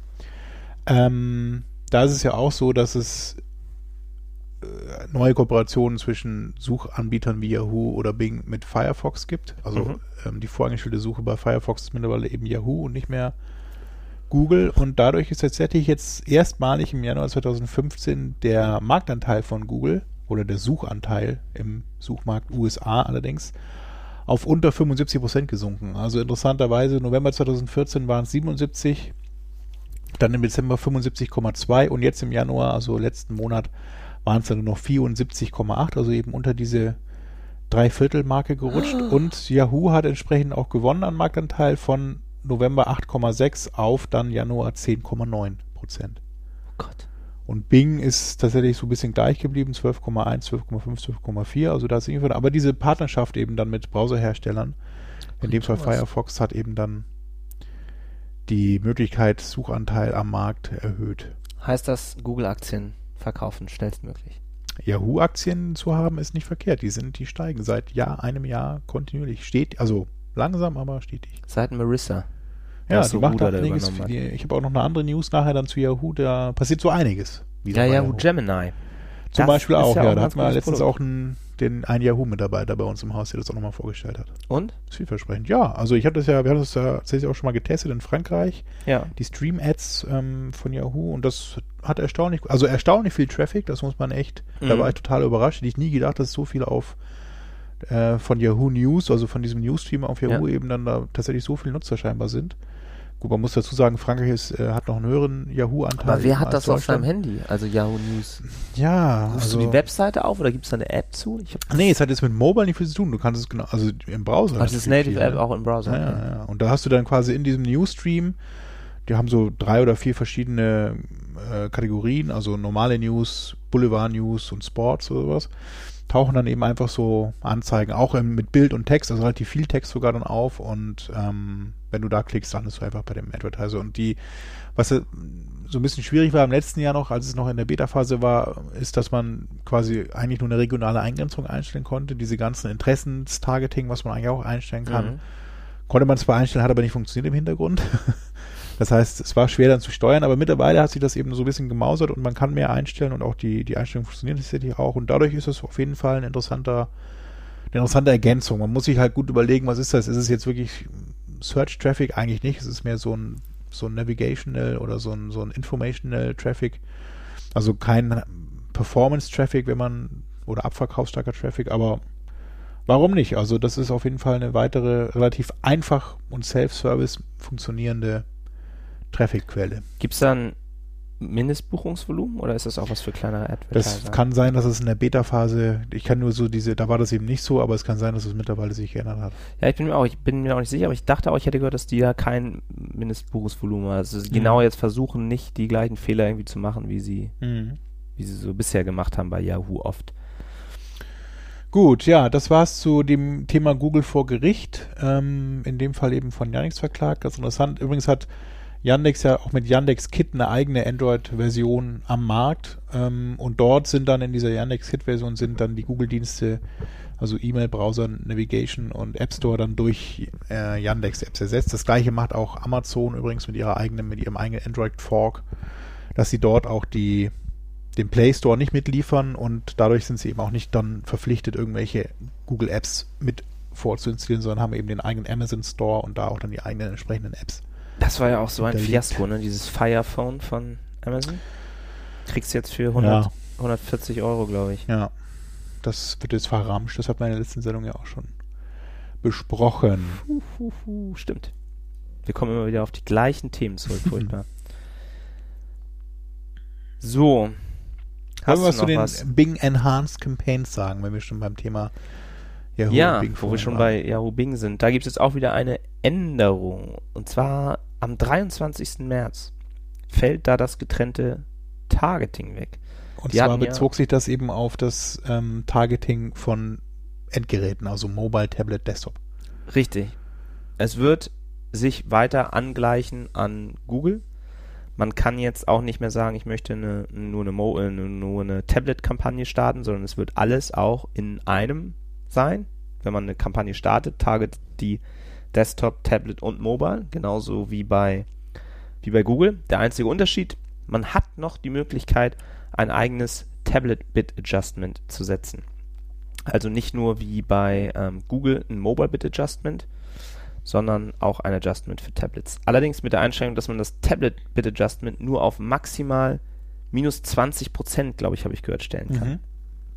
Ähm, da ist es ja auch so, dass es äh, neue Kooperationen zwischen Suchanbietern wie Yahoo oder Bing mit Firefox gibt. Also Mhm. ähm, die voreingestellte Suche bei Firefox ist mittlerweile eben Yahoo und nicht mehr Google. Und dadurch ist tatsächlich jetzt erstmalig im Januar zweitausendfünfzehn der Marktanteil von Google oder der Suchanteil im Suchmarkt U S A allerdings auf unter fünfundsiebzig Prozent gesunken. Also interessanterweise, November zweitausendvierzehn waren es siebenundsiebzig, dann im Dezember fünfundsiebzig Komma zwei und jetzt im Januar, also letzten Monat, waren es dann nur noch vierundsiebzig Komma acht, also eben unter diese Dreiviertelmarke gerutscht. Und Yahoo hat entsprechend auch gewonnen an Marktanteil von November acht Komma sechs auf dann Januar zehn Komma neun Prozent. Oh Gott. Und Bing ist tatsächlich so ein bisschen gleich geblieben, zwölf Komma eins, zwölf Komma fünf, zwölf Komma vier, also da ist irgendwie, aber diese Partnerschaft eben dann mit Browserherstellern, in dem Fall Firefox, hat eben dann die Möglichkeit, Suchanteil am Markt erhöht. Heißt das, Google-Aktien verkaufen schnellstmöglich? Yahoo-Aktien zu haben ist nicht verkehrt, die sind, die steigen seit Jahr, einem Jahr kontinuierlich, steht, also langsam, aber stetig. Seit Marissa. Ja, was die so macht Ruder da da einiges. übernommen hat. Die, ich habe auch noch eine andere News nachher dann zu Yahoo, da passiert so einiges. wie Ja, so bei Yahoo Gemini. Zum Das Beispiel ist auch, ja ja. auch ein Da ganz hatten wir gutes letztens Produkt. auch einen, den, einen Yahoo-Mitarbeiter bei uns im Haus, der das auch nochmal vorgestellt hat. Und? Das ist vielversprechend. Ja, also ich habe das ja, wir haben das ja tatsächlich auch schon mal getestet in Frankreich, Ja. die Stream-Ads ähm, von Yahoo, und das hat erstaunlich, also erstaunlich viel Traffic, das muss man echt, da Mhm. war ich total überrascht. Hätte ich nie gedacht, dass so viel auf äh, von Yahoo News, also von diesem Newsstream auf Yahoo Ja. eben dann da tatsächlich so viele Nutzer scheinbar sind. Gut, man muss dazu sagen, Frankreich ist, äh, hat noch einen höheren Yahoo-Anteil. Aber wer hat als das auf seinem Deutschland. Handy? Also Yahoo News. Ja, Rufst also du die Webseite auf oder gibt es da eine App zu? Ich hab nee, es hat jetzt mit Mobile nicht viel zu tun. Du kannst es genau, also im Browser. Ach, das ist viel, Native viel, App ne? auch im Browser. Ja, okay. ja, ja. Und da hast du dann quasi in diesem Newsstream, die haben so drei oder vier verschiedene äh, Kategorien, also normale News, Boulevard News und Sports oder sowas, tauchen dann eben einfach so Anzeigen, auch im, mit Bild und Text, also relativ viel Text sogar dann auf, und ähm, wenn du da klickst, landest du einfach bei dem Advertiser. Und die, was so ein bisschen schwierig war im letzten Jahr noch, als es noch in der Beta-Phase war, ist, dass man quasi eigentlich nur eine regionale Eingrenzung einstellen konnte. Diese ganzen Interessens-Targeting, was man eigentlich auch einstellen kann, Mhm. konnte man zwar einstellen, hat aber nicht funktioniert im Hintergrund. Das heißt, es war schwer dann zu steuern, aber mittlerweile hat sich das eben so ein bisschen gemausert und man kann mehr einstellen und auch die, die Einstellungen funktionieren tatsächlich auch, und dadurch ist es auf jeden Fall ein interessanter, eine interessante Ergänzung. Man muss sich halt gut überlegen, was ist das? Ist es jetzt wirklich Search Traffic? Eigentlich nicht. Es ist mehr so ein, so ein Navigational oder so ein, so ein Informational Traffic. Also kein Performance Traffic, wenn man, oder abverkaufsstarker Traffic, aber warum nicht? Also das ist auf jeden Fall eine weitere, relativ einfach und Self-Service funktionierende Traffic-Quelle. Gibt es dann Mindestbuchungsvolumen oder ist das auch was für kleinere Advertiser? Das kann sein, dass es in der Beta-Phase, ich kann nur so diese, da war das eben nicht so, aber es kann sein, dass es mittlerweile sich geändert hat. Ja, ich bin mir auch, ich bin mir auch nicht sicher, aber ich dachte auch, ich hätte gehört, dass die ja kein Mindestbuchungsvolumen haben. Also sie mhm. genau jetzt versuchen, nicht die gleichen Fehler irgendwie zu machen, wie sie, mhm. wie sie so bisher gemacht haben bei Yahoo oft. Gut, ja, das war's zu dem Thema Google vor Gericht, ähm, in dem Fall eben von Yandex verklagt. Ganz interessant. Übrigens hat Yandex ja auch mit Yandex Kit eine eigene Android-Version am Markt, ähm, und dort sind dann in dieser Yandex Kit-Version sind dann die Google-Dienste, also E-Mail, Browser, Navigation und App Store dann durch äh, Yandex-Apps ersetzt. Das gleiche macht auch Amazon übrigens mit ihrer eigenen, mit ihrem eigenen Android-Fork, dass sie dort auch die den Play Store nicht mitliefern und dadurch sind sie eben auch nicht dann verpflichtet, irgendwelche Google-Apps mit vorzuinstallieren, sondern haben eben den eigenen Amazon Store und da auch dann die eigenen entsprechenden Apps. Das war ja auch so ein Fiasko, ne? Dieses Fire Phone von Amazon. Kriegst du jetzt für hundert, ja. hundertvierzig Euro, glaube ich. Ja, das wird jetzt verramscht. Das hat meine letzten Sendung ja auch schon besprochen. Hu, hu, hu. Stimmt. Wir kommen immer wieder auf die gleichen Themen zurück, furchtbar. So. Wollen wir was zu den was? Bing Enhanced Campaigns sagen, wenn wir schon beim Thema Yahoo ja, Bing wo wir schon waren. bei Yahoo Bing sind. Da gibt es jetzt auch wieder eine Änderung. Und zwar am dreiundzwanzigsten März fällt da das getrennte Targeting weg. Und Die zwar bezog ja sich das eben auf das ähm, Targeting von Endgeräten, also Mobile, Tablet, Desktop. Richtig. Es wird sich weiter angleichen an Google. Man kann jetzt auch nicht mehr sagen, ich möchte eine, nur eine, Mo- äh, nur eine Tablet-Kampagne starten, sondern es wird alles auch in einem sein. Wenn man eine Kampagne startet, target die Desktop, Tablet und Mobile, genauso wie bei, wie bei Google. Der einzige Unterschied, man hat noch die Möglichkeit, ein eigenes Tablet-Bit-Adjustment zu setzen. Also nicht nur wie bei ähm, Google ein Mobile-Bit-Adjustment, sondern auch ein Adjustment für Tablets. Allerdings mit der Einschränkung, dass man das Tablet-Bit-Adjustment nur auf maximal minus zwanzig Prozent, glaube ich, habe ich gehört, stellen kann. Mhm.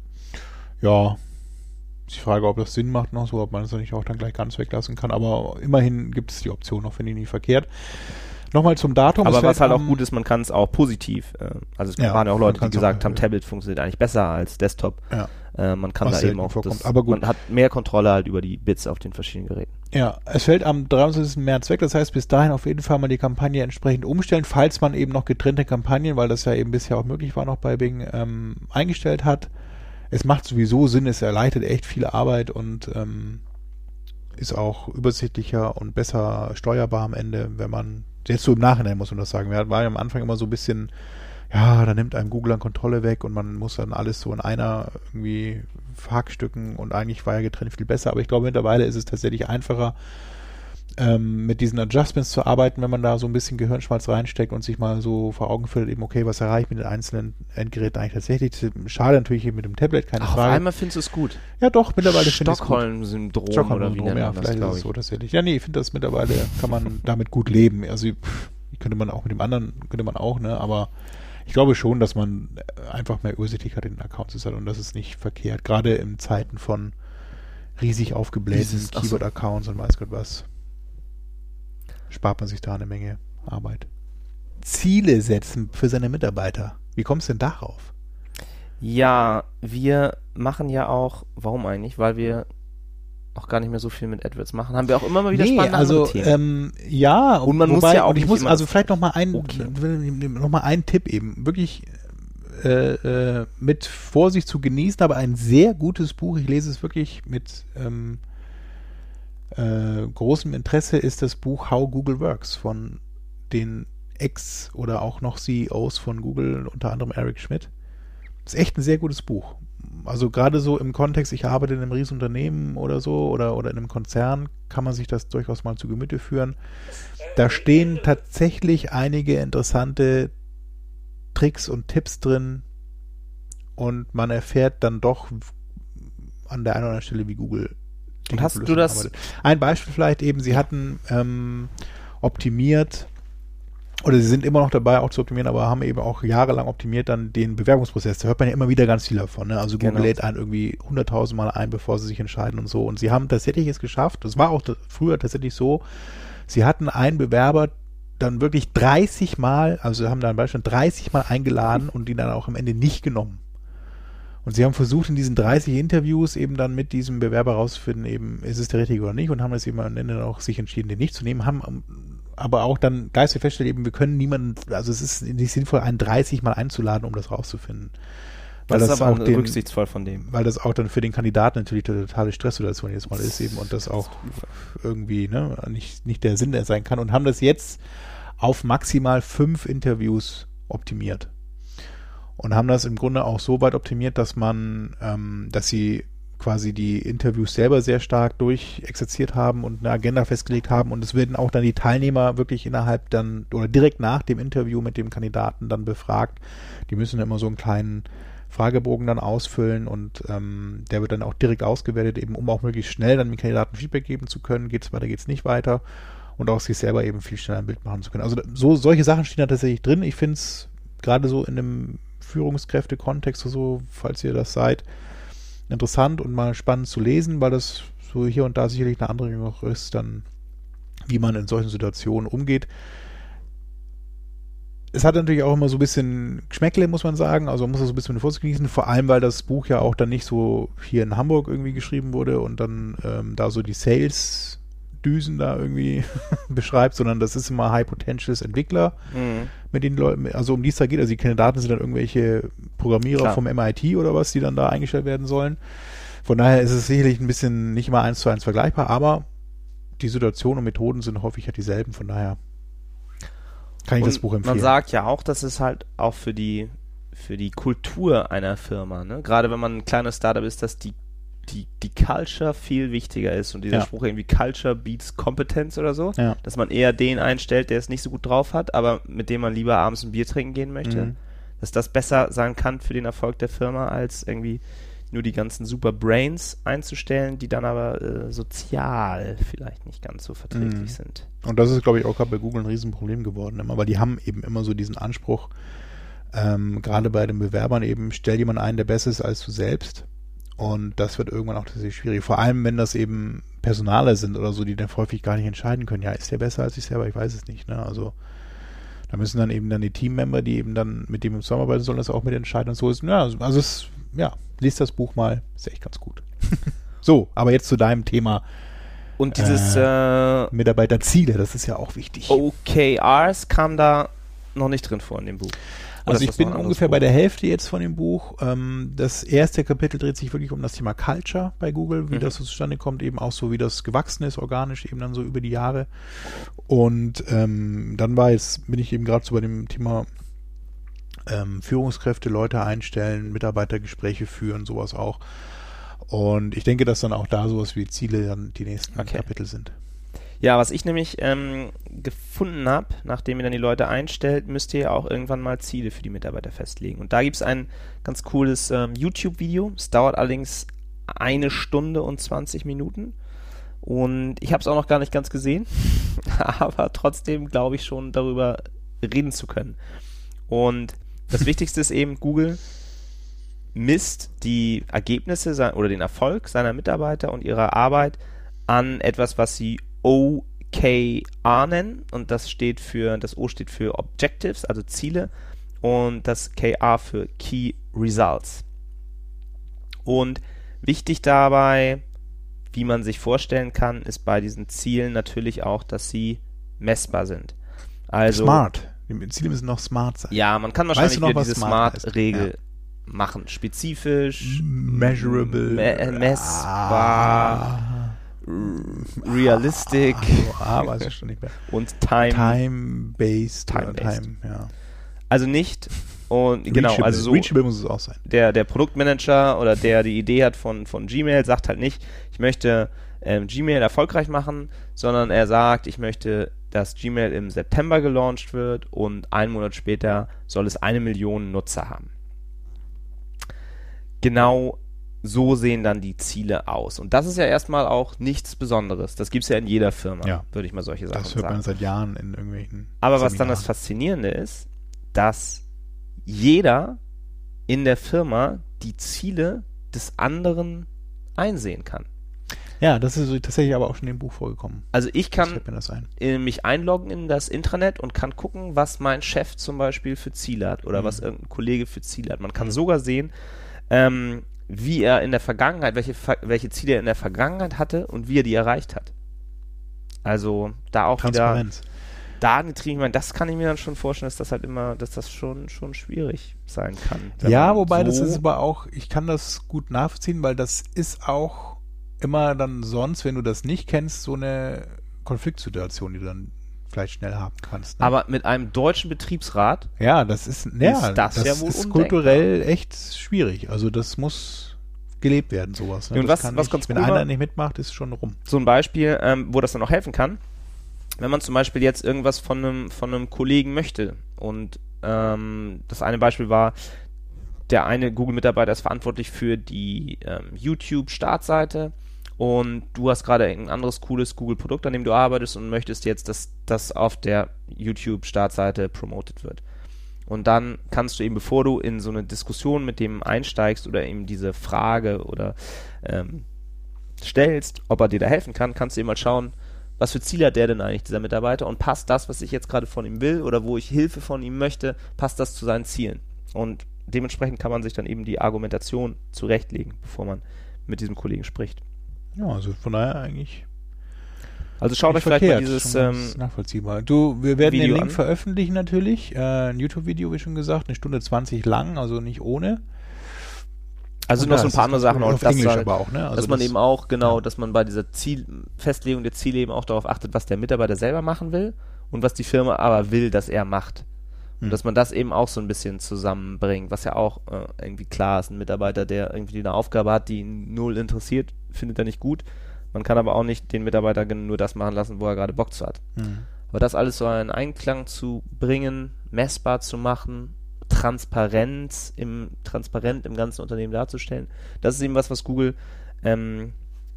Ja, ist die Frage, ob das Sinn macht noch so, ob man es nicht auch dann gleich ganz weglassen kann, aber immerhin gibt es die Option, auch finde ich nicht verkehrt. Nochmal zum Datum. Aber was halt auch gut ist, man kann es auch positiv, äh, also es ja, waren ja auch Leute, die gesagt auch, haben, Tablet funktioniert eigentlich besser als Desktop. Ja. Äh, man kann was da eben auch, das, aber gut. Man hat mehr Kontrolle halt über die Bits auf den verschiedenen Geräten. Ja, es fällt am dreiundzwanzigsten März weg, das heißt bis dahin auf jeden Fall mal die Kampagne entsprechend umstellen, falls man eben noch getrennte Kampagnen, weil das ja eben bisher auch möglich war noch bei Bing, ähm, eingestellt hat. Es macht sowieso Sinn, es erleichtert echt viel Arbeit und ähm, ist auch übersichtlicher und besser steuerbar am Ende, wenn man, jetzt so im Nachhinein muss man das sagen, wir waren ja am Anfang immer so ein bisschen, ja, da nimmt einem Google an Kontrolle weg und man muss dann alles so in einer irgendwie verhackstücken und eigentlich war ja getrennt viel besser, aber ich glaube mittlerweile ist es tatsächlich einfacher, ähm, mit diesen Adjustments zu arbeiten, wenn man da so ein bisschen Gehirnschmalz reinsteckt und sich mal so vor Augen führt, eben okay, was erreiche ich mit den einzelnen Endgeräten eigentlich tatsächlich. Schade natürlich eben mit dem Tablet, keine Ach, Frage. Auf einmal findest du es gut. Ja doch, mittlerweile finde ich es gut. Stockholm-Syndrom Stockholm oder wie nennt ja, man das, vielleicht ist es so tatsächlich. Ja, nee, ich finde das mittlerweile, kann man damit gut leben. Also pff, könnte man auch mit dem anderen, könnte man auch, ne, aber ich glaube schon, dass man einfach mehr Übersichtlichkeit in den Accounts ist halt und das ist nicht verkehrt. Gerade in Zeiten von riesig aufgeblähten Keyword-Accounts und weiß Gott was, spart man sich da eine Menge Arbeit. Ziele setzen für seine Mitarbeiter. Wie kommst du denn darauf? Ja, wir machen ja auch, warum eigentlich? Weil wir auch gar nicht mehr so viel mit AdWords machen. Haben wir auch immer mal wieder nee, spannende also, Themen. Ähm, ja, und man wobei, muss ja auch und ich nicht muss immer also vielleicht noch mal einen, okay. noch mal einen Tipp eben, wirklich äh, äh, mit Vorsicht zu genießen, aber ein sehr gutes Buch. Ich lese es wirklich mit ähm, äh, großem Interesse. Ist das Buch How Google Works von den Ex- oder auch noch C E Os von Google, unter anderem Eric Schmidt. Das ist echt ein sehr gutes Buch. Also gerade so im Kontext, ich arbeite in einem Riesenunternehmen oder so oder, oder in einem Konzern, kann man sich das durchaus mal zu Gemüte führen. Da stehen tatsächlich einige interessante Tricks und Tipps drin und man erfährt dann doch an der einen oder anderen Stelle, wie Google und hast du das arbeitet. Ein Beispiel vielleicht eben, sie hatten ähm, optimiert oder sie sind immer noch dabei, auch zu optimieren, aber haben eben auch jahrelang optimiert dann den Bewerbungsprozess. Da hört man ja immer wieder ganz viel davon. Ne? Also Google genau. lädt einen irgendwie hunderttausend Mal ein, bevor sie sich entscheiden und so. Und sie haben tatsächlich es geschafft, das war auch früher tatsächlich so, sie hatten einen Bewerber dann wirklich dreißig Mal, also haben da ein Beispiel dreißig Mal eingeladen und die dann auch am Ende nicht genommen. Und sie haben versucht, in diesen dreißig Interviews eben dann mit diesem Bewerber rauszufinden, eben, ist es der Richtige oder nicht, und haben das eben am Ende dann auch sich entschieden, den nicht zu nehmen, haben aber auch dann geistig festgestellt, eben, wir können niemanden, also es ist nicht sinnvoll, einen dreißig Mal einzuladen, um das rauszufinden. Weil das, das ist aber auch den, rücksichtsvoll von dem. Weil das auch dann für den Kandidaten natürlich eine totale Stresssituation jedes Mal ist eben und das auch irgendwie ne, nicht, nicht der Sinn sein kann, und haben das jetzt auf maximal fünf Interviews optimiert. Und haben das im Grunde auch so weit optimiert, dass man, ähm, dass sie quasi die Interviews selber sehr stark durchexerziert haben und eine Agenda festgelegt haben, und es werden auch dann die Teilnehmer wirklich innerhalb dann oder direkt nach dem Interview mit dem Kandidaten dann befragt. Die müssen dann immer so einen kleinen Fragebogen dann ausfüllen, und ähm, der wird dann auch direkt ausgewertet, eben um auch möglichst schnell dann dem Kandidaten Feedback geben zu können, geht's weiter, geht's nicht weiter, und auch sich selber eben viel schneller ein Bild machen zu können. Also so solche Sachen stehen da tatsächlich drin. Ich finde es gerade so in einem Führungskräfte-Kontext oder so, falls ihr das seid, interessant und mal spannend zu lesen, weil das so hier und da sicherlich eine andere noch ist, dann wie man in solchen Situationen umgeht. Es hat natürlich auch immer so ein bisschen Geschmäckle, muss man sagen, also man muss das so ein bisschen mit Vorsicht genießen, vor allem, weil das Buch ja auch dann nicht so hier in Hamburg irgendwie geschrieben wurde und dann ähm, da so die Sales-Düsen da irgendwie beschreibt, sondern das ist immer High-Potentials-Entwickler, mhm. mit den Leuten, also um die es da geht, also die Kandidaten sind dann irgendwelche Programmierer Klar. vom M I T oder was, die dann da eingestellt werden sollen. Von daher ist es sicherlich ein bisschen nicht immer eins zu eins vergleichbar, aber die Situation und Methoden sind häufig halt dieselben, von daher kann ich und das Buch empfehlen. Man sagt ja auch, dass es halt auch für die für die Kultur einer Firma, ne? Gerade wenn man ein kleines Startup ist, dass die die die Culture viel wichtiger ist, und dieser ja. Spruch irgendwie Culture beats Competence oder so, ja. dass man eher den einstellt, der es nicht so gut drauf hat, aber mit dem man lieber abends ein Bier trinken gehen möchte, mhm. dass das besser sein kann für den Erfolg der Firma, als irgendwie nur die ganzen super Brains einzustellen, die dann aber äh, sozial vielleicht nicht ganz so verträglich mhm. sind. Und das ist, glaube ich, auch gerade bei Google ein Riesenproblem geworden, immer, weil die haben eben immer so diesen Anspruch, ähm, gerade bei den Bewerbern eben, stell jemanden ein, der besser ist als du selbst. Und das wird irgendwann auch tatsächlich schwierig. Vor allem, wenn das eben Personale sind oder so, die dann häufig gar nicht entscheiden können. Ja, ist der besser als ich selber? Ich weiß es nicht. Ne? Also da müssen dann eben dann die Teammember, die eben dann mit dem zusammenarbeiten sollen, das auch mit entscheiden. Und so ist, ja, also es, ja, lest das Buch mal, ist echt ganz gut. So, aber jetzt zu deinem Thema. Und dieses äh, äh, Mitarbeiterziele, das ist ja auch wichtig. O K Rs kam da noch nicht drin vor in dem Buch. Oder also ich bin ungefähr Buch? bei der Hälfte jetzt von dem Buch. Ähm, das erste Kapitel dreht sich wirklich um das Thema Culture bei Google, wie mhm. das so zustande kommt, eben auch so, wie das gewachsen ist, organisch eben dann so über die Jahre. Und ähm, dann war jetzt, bin ich eben gerade so bei dem Thema ähm, Führungskräfte, Leute einstellen, Mitarbeitergespräche führen, sowas auch. Und ich denke, dass dann auch da sowas wie Ziele dann die nächsten okay. Kapitel sind. Ja, was ich nämlich ähm, gefunden habe, nachdem ihr dann die Leute einstellt, müsst ihr auch irgendwann mal Ziele für die Mitarbeiter festlegen. Und da gibt es ein ganz cooles ähm, YouTube-Video. Es dauert allerdings eine Stunde und zwanzig Minuten. Und ich habe es auch noch gar nicht ganz gesehen, aber trotzdem glaube ich schon, darüber reden zu können. Und das Wichtigste ist eben, Google misst die Ergebnisse oder den Erfolg seiner Mitarbeiter und ihrer Arbeit an etwas, was sie O K R nennen, und das steht für, das O steht für Objectives, also Ziele, und das K R für Key Results. Und wichtig dabei, wie man sich vorstellen kann, ist bei diesen Zielen natürlich auch, dass sie messbar sind. Also smart. Die Ziele müssen noch smart sein. Ja, man kann wahrscheinlich weißt du noch, wieder diese Smart-Regel ja. machen. Spezifisch, measurable, me- messbar, ah. realistic ah, ah, weiß ich schon nicht mehr. und time time-based. Time-based. Time, ja. Also nicht und genau, reachable. also so reachable muss es auch sein. Der, der Produktmanager oder der die Idee hat von, von Gmail, sagt halt nicht, ich möchte ähm, Gmail erfolgreich machen, sondern er sagt, ich möchte, dass Gmail im September gelauncht wird und einen Monat später soll es eine Million Nutzer haben. Genau so sehen dann die Ziele aus. Und das ist ja erstmal auch nichts Besonderes. Das gibt es ja in jeder Firma, ja. würde ich mal solche Sachen sagen. Das hört man seit Jahren in irgendwelchen Aber Seminaren. Was dann das Faszinierende ist, dass jeder in der Firma die Ziele des anderen einsehen kann. Ja, das ist so tatsächlich aber auch schon im Buch vorgekommen. Also ich kann Fällt mir das ein. äh, mich einloggen in das Intranet und kann gucken, was mein Chef zum Beispiel für Ziele hat oder Mhm. was irgendein Kollege für Ziele hat. Man kann Mhm. sogar sehen, ähm, wie er in der Vergangenheit, welche, Ver- welche Ziele er in der Vergangenheit hatte und wie er die erreicht hat. Also da auch wieder Transparenz. datengetrieben. Ich meine, das kann ich mir dann schon vorstellen, dass das halt immer, dass das schon, schon schwierig sein kann. wenn Ja, man wobei das so- ist aber auch, ich kann das gut nachvollziehen, weil das ist auch immer dann sonst, wenn du das nicht kennst, so eine Konfliktsituation, die du dann vielleicht schnell haben kannst. Ne? Aber mit einem deutschen Betriebsrat, ja, das ist, ja, Ist das ja wohl ist undenkbar. kulturell echt schwierig. Also das muss gelebt werden, sowas. Ne? Ja, und Das was- kann was nicht, ganz wenn cool einer war- nicht mitmacht, ist schon rum. so ein Beispiel, ähm, wo das dann auch helfen kann, wenn man zum Beispiel jetzt irgendwas von einem, von einem Kollegen möchte und ähm, das eine Beispiel war, der eine Google-Mitarbeiter ist verantwortlich für die ähm, YouTube-Startseite und du hast gerade ein anderes cooles Google-Produkt, an dem du arbeitest und möchtest jetzt, dass das auf der YouTube-Startseite promoted wird. Und dann kannst du eben, bevor du in so eine Diskussion mit dem einsteigst oder eben diese Frage oder ähm, stellst, ob er dir da helfen kann, kannst du eben mal schauen, was für Ziele hat der denn eigentlich, dieser Mitarbeiter, und passt das, was ich jetzt gerade von ihm will oder wo ich Hilfe von ihm möchte, passt das zu seinen Zielen. Und dementsprechend kann man sich dann eben die Argumentation zurechtlegen, bevor man mit diesem Kollegen spricht. Ja, also von daher eigentlich Also schaut euch nicht vielleicht mal verkehrt, dieses schon ganz ähm, nachvollziehbar. Du, wir werden Video den Link an. veröffentlichen natürlich. Äh, ein YouTube-Video, wie schon gesagt, eine Stunde zwanzig lang, also nicht ohne. also Und noch da so ein ist paar das andere Sachen. auf Auch, dass, Englisch da- aber auch, ne? Also dass man das- eben auch, genau, ja. dass man bei dieser Ziel Festlegung der Ziele eben auch darauf achtet, was der Mitarbeiter selber machen will und was die Firma aber will, dass er macht. Und Hm. dass man das eben auch so ein bisschen zusammenbringt, was ja auch äh, irgendwie klar ist. Ein Mitarbeiter, der irgendwie eine Aufgabe hat, die ihn null interessiert, findet er nicht gut. Man kann aber auch nicht den Mitarbeiter nur das machen lassen, wo er gerade Bock zu hat. Hm. Aber das alles so in Einklang zu bringen, messbar zu machen, Transparenz im, transparent im ganzen Unternehmen darzustellen, das ist eben was, was Google ähm,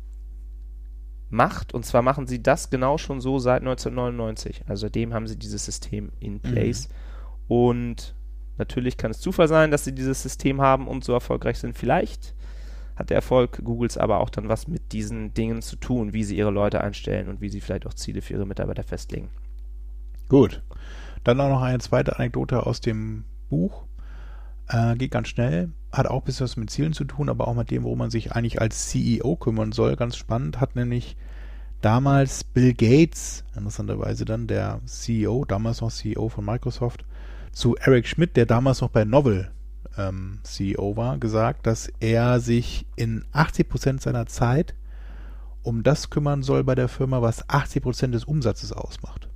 macht. Und zwar machen sie das genau schon so seit neunzehnhundertneunundneunzig. Also seitdem haben sie dieses System in place. Und natürlich kann es Zufall sein, dass sie dieses System haben und so erfolgreich sind. Vielleicht hat der Erfolg Googles aber auch dann was mit diesen Dingen zu tun, wie sie ihre Leute einstellen und wie sie vielleicht auch Ziele für ihre Mitarbeiter festlegen. Gut. Dann auch noch eine zweite Anekdote aus dem Buch. Äh, geht ganz schnell. Hat auch ein bisschen was mit Zielen zu tun, aber auch mit dem, worum man sich eigentlich als C E O kümmern soll. Ganz spannend. Hat nämlich damals Bill Gates, interessanterweise dann der C E O, damals noch C E O von Microsoft, zu Eric Schmidt, der damals noch bei Novell ähm, C E O war, gesagt, dass er sich in achtzig Prozent seiner Zeit um das kümmern soll bei der Firma, was achtzig Prozent des Umsatzes ausmacht.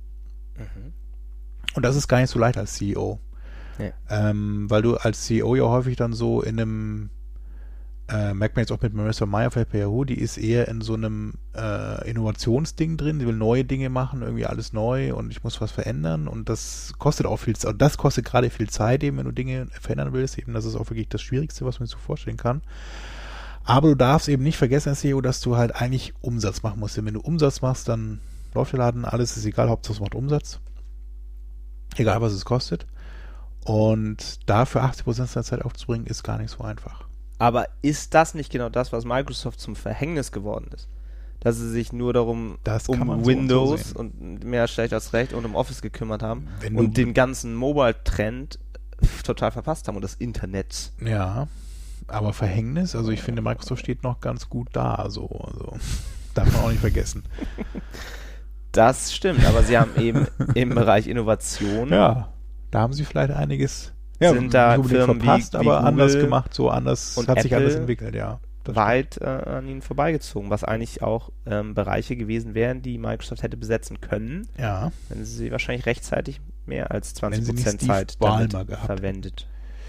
Und das ist gar nicht so leicht als C E O. Nee. Ähm, weil du als C E O ja häufig dann so in einem, äh, merkt man jetzt auch mit Marissa Mayer vielleicht bei Yahoo, die ist eher in so einem äh, Innovationsding drin, die will neue Dinge machen, irgendwie alles neu und ich muss was verändern und das kostet auch viel Zeit. Und das kostet gerade viel Zeit eben, wenn du Dinge verändern willst. Eben, das ist auch wirklich das Schwierigste, was man sich so vorstellen kann. Aber du darfst eben nicht vergessen als C E O, dass du halt eigentlich Umsatz machen musst. Denn wenn du Umsatz machst, dann läuft der Laden, alles ist egal, Hauptsache es macht Umsatz. Egal, was es kostet. Und dafür achtzig Prozent seiner Zeit aufzubringen, ist gar nicht so einfach. Aber ist das nicht genau das, was Microsoft zum Verhängnis geworden ist? Dass sie sich nur darum Das kann man um so und so Windows sehen. und mehr schlecht als recht und um Office gekümmert haben Wenn du- und den ganzen Mobile-Trend total verpasst haben und das Internet. Ja, aber Verhängnis, also ich finde, Microsoft steht noch ganz gut da, also, also darf man auch nicht vergessen. Das stimmt, aber sie haben eben im Bereich Innovation Ja, da haben sie vielleicht einiges ja, Sind da nicht unbedingt Firmen wie- verpasst, wie aber Google anders gemacht, so anders, und hat sich Apple anders entwickelt, ja. Das weit äh, an ihnen vorbeigezogen, was eigentlich auch ähm, Bereiche gewesen wären, die Microsoft hätte besetzen können, stimmt. Ja, wenn sie wahrscheinlich rechtzeitig mehr als zwanzig Wenn sie nicht Prozent Steve Zeit Ballmer damit gehabt. verwendet.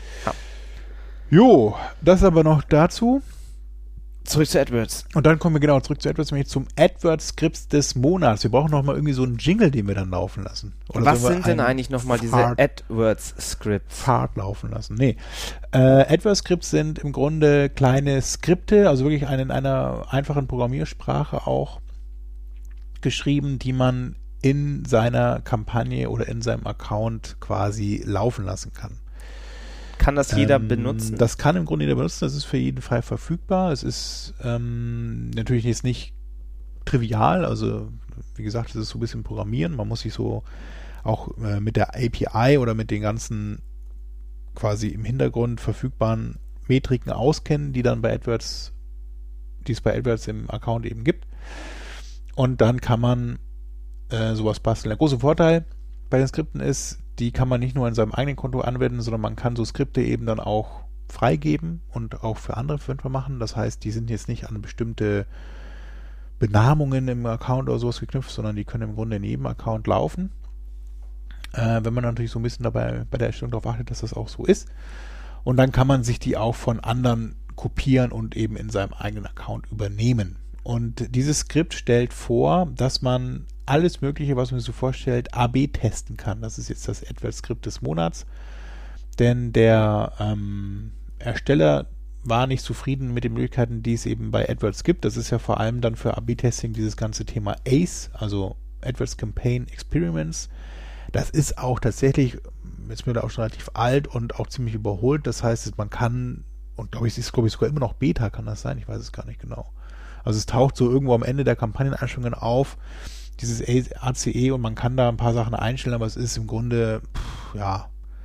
jo, das aber noch dazu. Zurück zu AdWords. Und dann kommen wir genau zurück zu AdWords, nämlich zum AdWords-Skript des Monats. Wir brauchen noch mal irgendwie so einen Jingle, den wir dann laufen lassen. Oder Was sollen wir sind denn einen eigentlich nochmal diese Fahrt- AdWords-Scripts? Fahrt laufen lassen? Nee. Äh, AdWords-Skripts sind im Grunde kleine Skripte, also wirklich eine, in einer einfachen Programmiersprache auch geschrieben, die man in seiner Kampagne oder in seinem Account quasi laufen lassen kann. Kann das jeder Ähm, benutzen? Das kann im Grunde jeder benutzen, das ist für jeden frei verfügbar. Es ist ähm, natürlich jetzt nicht trivial, also wie gesagt, es ist so ein bisschen Programmieren, man muss sich so auch äh, mit der A P I oder mit den ganzen quasi im Hintergrund verfügbaren Metriken auskennen, die dann bei AdWords, die es bei AdWords im Account eben gibt. Und dann kann man äh, sowas basteln. Der große Vorteil bei den Skripten ist, die kann man nicht nur in seinem eigenen Konto anwenden, sondern man kann so Skripte eben dann auch freigeben und auch für andere Firmen machen. Das heißt, die sind jetzt nicht an bestimmte Benamungen im Account oder sowas geknüpft, sondern die können im Grunde in jedem Account laufen. Äh, wenn man natürlich so ein bisschen dabei bei der Erstellung darauf achtet, dass das auch so ist. Und dann kann man sich die auch von anderen kopieren und eben in seinem eigenen Account übernehmen. Und dieses Skript stellt vor, dass man alles Mögliche, was man sich so vorstellt, A B testen kann. Das ist jetzt das AdWords-Skript des Monats. Denn der ähm, Ersteller war nicht zufrieden mit den Möglichkeiten, die es eben bei AdWords gibt. Das ist ja vor allem dann für A B-Testing dieses ganze Thema A C E, also AdWords Campaign Experiments. Das ist auch tatsächlich, jetzt wird er auch schon relativ alt und auch ziemlich überholt. Das heißt, man kann, und glaube ich, es ist glaube ich sogar immer noch Beta, kann das sein? Ich weiß es gar nicht genau. Also es taucht so irgendwo am Ende der Kampagneneinstellungen auf, dieses A C E, und man kann da ein paar Sachen einstellen, aber es ist im Grunde, pff, ja,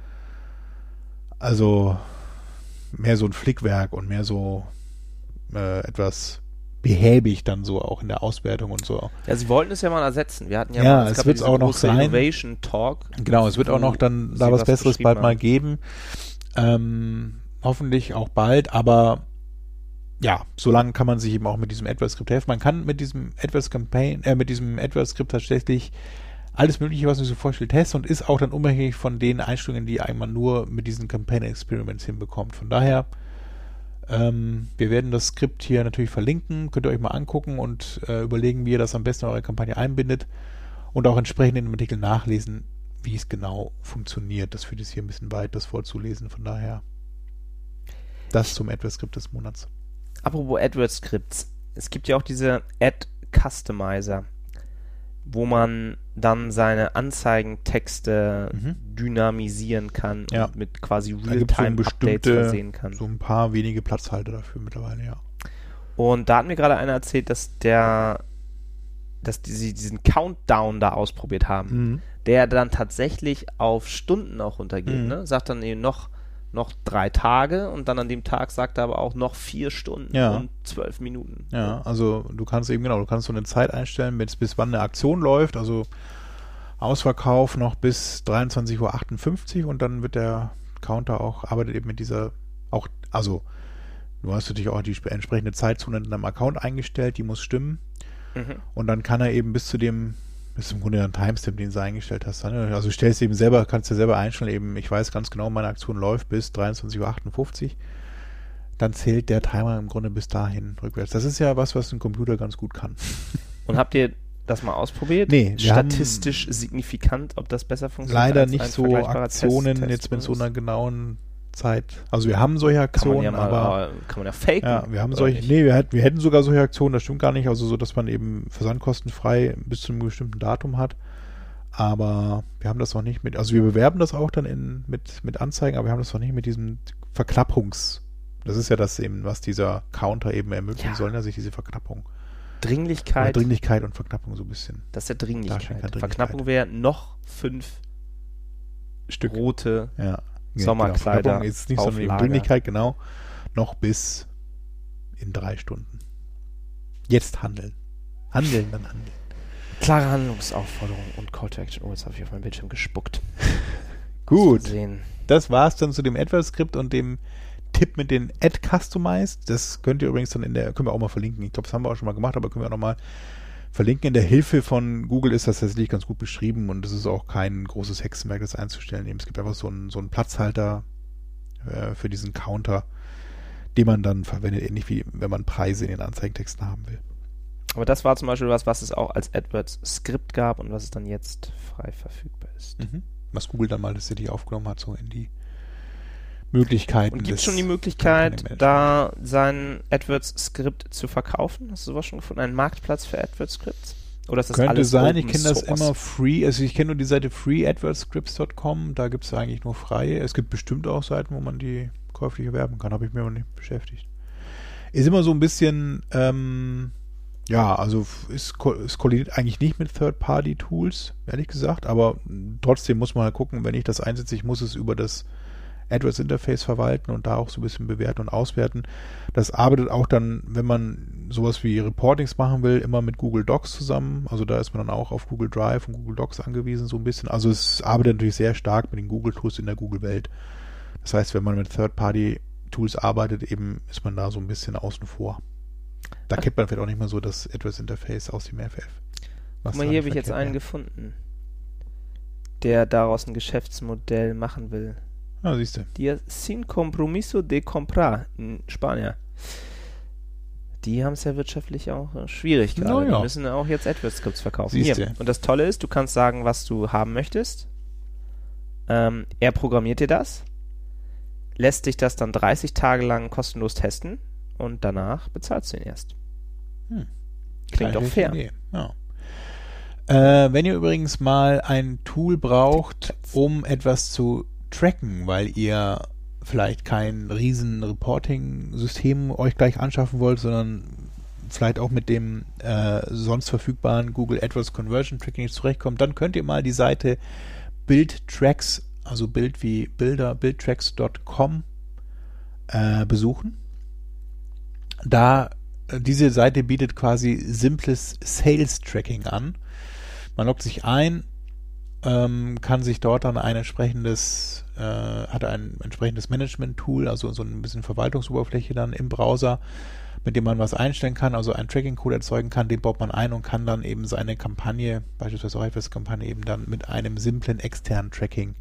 also mehr so ein Flickwerk und mehr so äh, etwas behäbig dann so auch in der Auswertung und so. Ja, sie wollten es ja mal ersetzen. Wir hatten ja, ja mal, es wird auch noch sein. Innovation Talk. Genau, es wird auch noch dann da was, was Besseres bald haben. mal geben. Ähm, hoffentlich auch bald, aber ja, solange kann man sich eben auch mit diesem AdWords-Skript helfen. Man kann mit diesem AdWords-Campaign, äh, mit diesem AdWords-Skript tatsächlich alles Mögliche, was man sich so vorstellt, testen und ist auch dann unabhängig von den Einstellungen, die einmal nur mit diesen Campaign Experiments hinbekommt. Von daher, ähm, wir werden das Skript hier natürlich verlinken, könnt ihr euch mal angucken und äh, überlegen, wie ihr das am besten in eure Kampagne einbindet und auch entsprechend in dem Artikel nachlesen, wie es genau funktioniert. Das führt jetzt hier ein bisschen weit, das vorzulesen. Von daher, das zum AdWords-Skript des Monats. Apropos AdWords-Skripts, es gibt ja auch diese Ad-Customizer, wo man dann seine Anzeigentexte mhm. dynamisieren kann ja. und mit quasi Realtime-Updates so versehen kann. So ein paar wenige Platzhalter dafür mittlerweile, ja. Und da hat mir gerade einer erzählt, dass der, dass die diesen Countdown da ausprobiert haben, mhm. der dann tatsächlich auf Stunden auch runtergeht, mhm. ne? Sagt dann eben noch noch drei Tage und dann an dem Tag sagt er aber auch noch vier Stunden ja. und zwölf Minuten. Ja, also du kannst eben, genau, du kannst so eine Zeit einstellen, bis, bis wann eine Aktion läuft, also Ausverkauf noch bis dreiundzwanzig Uhr achtundfünfzig und dann wird der Counter auch, arbeitet eben mit dieser, auch, also du hast natürlich auch die entsprechende Zeitzone in deinem Account eingestellt, die muss stimmen mhm. und dann kann er eben bis zu dem, das ist im Grunde ein Timestamp, den du eingestellt hast. Also du stellst eben selber, kannst dir selber einstellen, eben, ich weiß ganz genau, meine Aktion läuft bis dreiundzwanzig Uhr achtundfünfzig. Dann zählt der Timer im Grunde bis dahin rückwärts. Das ist ja was, was ein Computer ganz gut kann. Und habt ihr das mal ausprobiert? Nee. Statistisch signifikant, ob das besser funktioniert? Leider nicht so Aktionen Test, Test jetzt mit so einer genauen Zeit. Also wir haben solche Aktionen, kann man ja aber mal, kann man ja faken. Ja, wir haben solche, nee, wir, wir hätten sogar solche Aktionen, das stimmt gar nicht, also so, dass man eben versandkostenfrei bis zu einem bestimmten Datum hat. Aber wir haben das noch nicht mit, also wir bewerben das auch dann in, mit, mit Anzeigen, aber wir haben das noch nicht mit diesem Verknappungs, das ist ja das eben, was dieser Counter eben ermöglichen ja. soll, dass sich diese Verknappung. Dringlichkeit. Oder Dringlichkeit und Verknappung so ein bisschen. Das ist ja Dringlichkeit. Dringlichkeit. Verknappung wäre noch fünf Stück rote ja. Sommerkleider. Genau, ist nicht so eine Dringlichkeit, genau. Noch bis in drei Stunden. Jetzt handeln. Handeln, dann handeln. Klare Handlungsaufforderung und Call to Action. Oh, jetzt habe ich auf meinem Bildschirm gespuckt. Gut. Das war's dann zu dem AdWords-Skript und dem Tipp mit den Ad-Customized. Das könnt ihr übrigens dann in der, können wir auch mal verlinken. Ich glaube, das haben wir auch schon mal gemacht, aber können wir auch nochmal verlinken. In der Hilfe von Google ist das tatsächlich ganz gut beschrieben und es ist auch kein großes Hexenwerk, das einzustellen. Es gibt einfach so einen, so einen Platzhalter äh, für diesen Counter, den man dann verwendet, ähnlich wie wenn man Preise in den Anzeigentexten haben will. Aber das war zum Beispiel was, was es auch als AdWords-Skript gab und was es dann jetzt frei verfügbar ist. Mhm. Was Google dann mal tatsächlich aufgenommen hat, so in die Möglichkeiten. Und gibt es schon die Möglichkeit, da sein AdWords-Skript zu verkaufen? Hast du sowas schon gefunden? Einen Marktplatz für AdWords-Skripts? Oder ist das Könnte alles sein, Open ich kenne das Source? immer free, also ich kenne nur die Seite free adwords scripts dot com, da gibt es eigentlich nur freie. Es gibt bestimmt auch Seiten, wo man die käuflich erwerben kann, habe ich mir noch nicht beschäftigt. Ist immer so ein bisschen, ähm, Ja, also es, es kollidiert eigentlich nicht mit Third-Party-Tools, ehrlich gesagt, aber trotzdem muss man halt gucken, wenn ich das einsetze, ich muss es über das AdWords-Interface verwalten und da auch so ein bisschen bewerten und auswerten. Das arbeitet auch dann, wenn man sowas wie Reportings machen will, immer mit Google Docs zusammen. Also da ist man dann auch auf Google Drive und Google Docs angewiesen, so ein bisschen. Also es arbeitet natürlich sehr stark mit den Google-Tools in der Google-Welt. Das heißt, wenn man mit Third-Party-Tools arbeitet, eben ist man da so ein bisschen außen vor. Da kennt man vielleicht auch nicht mehr so das AdWords-Interface aus dem F F. Guck mal, hier habe ich jetzt einen gefunden, der daraus ein Geschäftsmodell machen will. Ja, siehst du. Die Sin Compromiso de Comprar in Spanien. Die haben es ja wirtschaftlich auch äh, schwierig gerade. No, ja. Die müssen auch jetzt AdWords-Skripts verkaufen. Siehst Hier. du. Und das Tolle ist, du kannst sagen, was du haben möchtest. Ähm, er programmiert dir das, lässt dich das dann dreißig Tage lang kostenlos testen und danach bezahlst du ihn erst. Hm. Klingt doch fair. Idee. Ja. Äh, wenn ihr übrigens mal ein Tool braucht, um etwas zu tracken, weil ihr vielleicht kein riesen Reporting-System euch gleich anschaffen wollt, sondern vielleicht auch mit dem äh, sonst verfügbaren Google AdWords Conversion Tracking nicht zurechtkommt, dann könnt ihr mal die Seite BuildTracks, also Bild wie Bilder, buildtracks Punkt com äh, besuchen. Da diese Seite bietet quasi simples Sales Tracking an. Man loggt sich ein, ähm, kann sich dort dann ein entsprechendes, äh, hat ein entsprechendes Management-Tool, also so ein bisschen Verwaltungsoberfläche dann im Browser, mit dem man was einstellen kann, also einen Tracking-Code erzeugen kann, den baut man ein und kann dann eben seine Kampagne, beispielsweise auch AdWords-Kampagne, eben dann mit einem simplen externen Tracking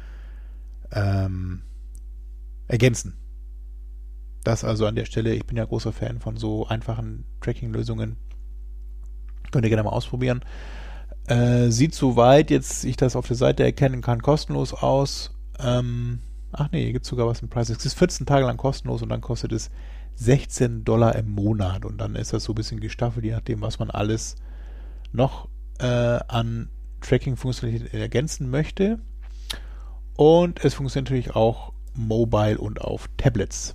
ähm, ergänzen. Das also an der Stelle, ich bin ja großer Fan von so einfachen Tracking-Lösungen. Könnt ihr gerne mal ausprobieren. Äh, sieht soweit, jetzt ich das auf der Seite erkennen kann, kostenlos aus. Ähm, ach nee, hier gibt es sogar was im Preis. Es ist vierzehn Tage lang kostenlos und dann kostet es sechzehn Dollar im Monat. Und dann ist das so ein bisschen gestaffelt, je nachdem, was man alles noch äh, an Tracking-Funktionalität ergänzen möchte. Und es funktioniert natürlich auch mobile und auf Tablets.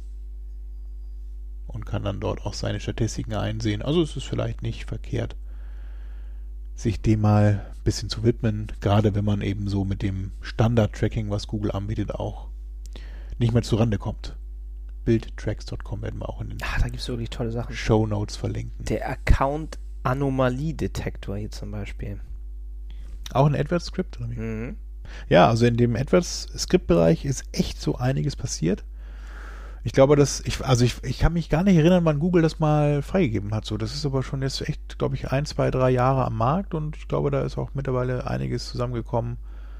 Und kann dann dort auch seine Statistiken einsehen. Also es ist vielleicht nicht verkehrt, sich dem mal ein bisschen zu widmen, gerade wenn man eben so mit dem Standard-Tracking, was Google anbietet, auch nicht mehr zurande kommt. buildtracks Punkt com werden wir auch in den Ah, da gibt es wirklich tolle Sachen. Shownotes verlinken. Der Account-Anomalie-Detektor hier zum Beispiel. Auch ein AdWords-Skript? Oder wie? Mhm. Ja, also in dem AdWords-Skript-Bereich ist echt so einiges passiert. Ich glaube, dass ich, also ich, ich kann mich gar nicht erinnern, wann Google das mal freigegeben hat. So, das ist aber schon jetzt echt, glaube ich, ein, zwei, drei Jahre am Markt und ich glaube, da ist auch mittlerweile einiges zusammengekommen.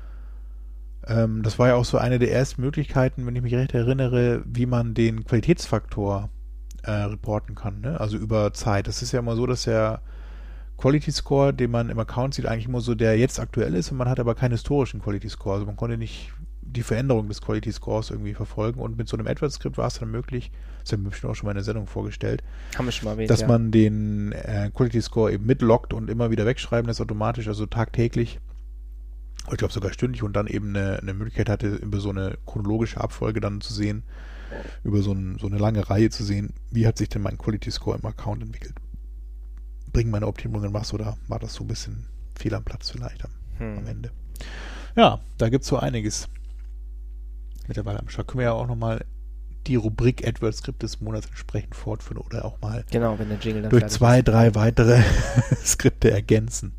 Ähm, das war ja auch so eine der ersten Möglichkeiten, wenn ich mich recht erinnere, wie man den Qualitätsfaktor äh, reporten kann, ne? Also über Zeit. Das ist ja immer so, dass der Quality Score, den man im Account sieht, eigentlich immer so der jetzt aktuell ist und man hat aber keinen historischen Quality Score. Also man konnte nicht die Veränderung des Quality Scores irgendwie verfolgen und mit so einem AdWords-Skript war es dann möglich, das haben wir bestimmt auch schon mal in der Sendung vorgestellt, Haben wir schon mal erwähnt, dass ja. man den äh, Quality Score eben mitloggt und immer wieder wegschreiben lässt automatisch, also tagtäglich, ich glaube sogar stündlich und dann eben eine, eine Möglichkeit hatte, über so eine chronologische Abfolge dann zu sehen, über so, ein, so eine lange Reihe zu sehen, wie hat sich denn mein Quality Score im Account entwickelt. Bringen meine Optimierungen was oder war das so ein bisschen fehl am Platz vielleicht am, hm. am Ende. Ja, da gibt es so einiges mittlerweile am Start. Können wir ja auch nochmal die Rubrik AdWords-Skript des Monats entsprechend fortführen oder auch mal Genau, wenn der Jingle dann durch fertig zwei, ist. drei weitere Skripte ergänzen.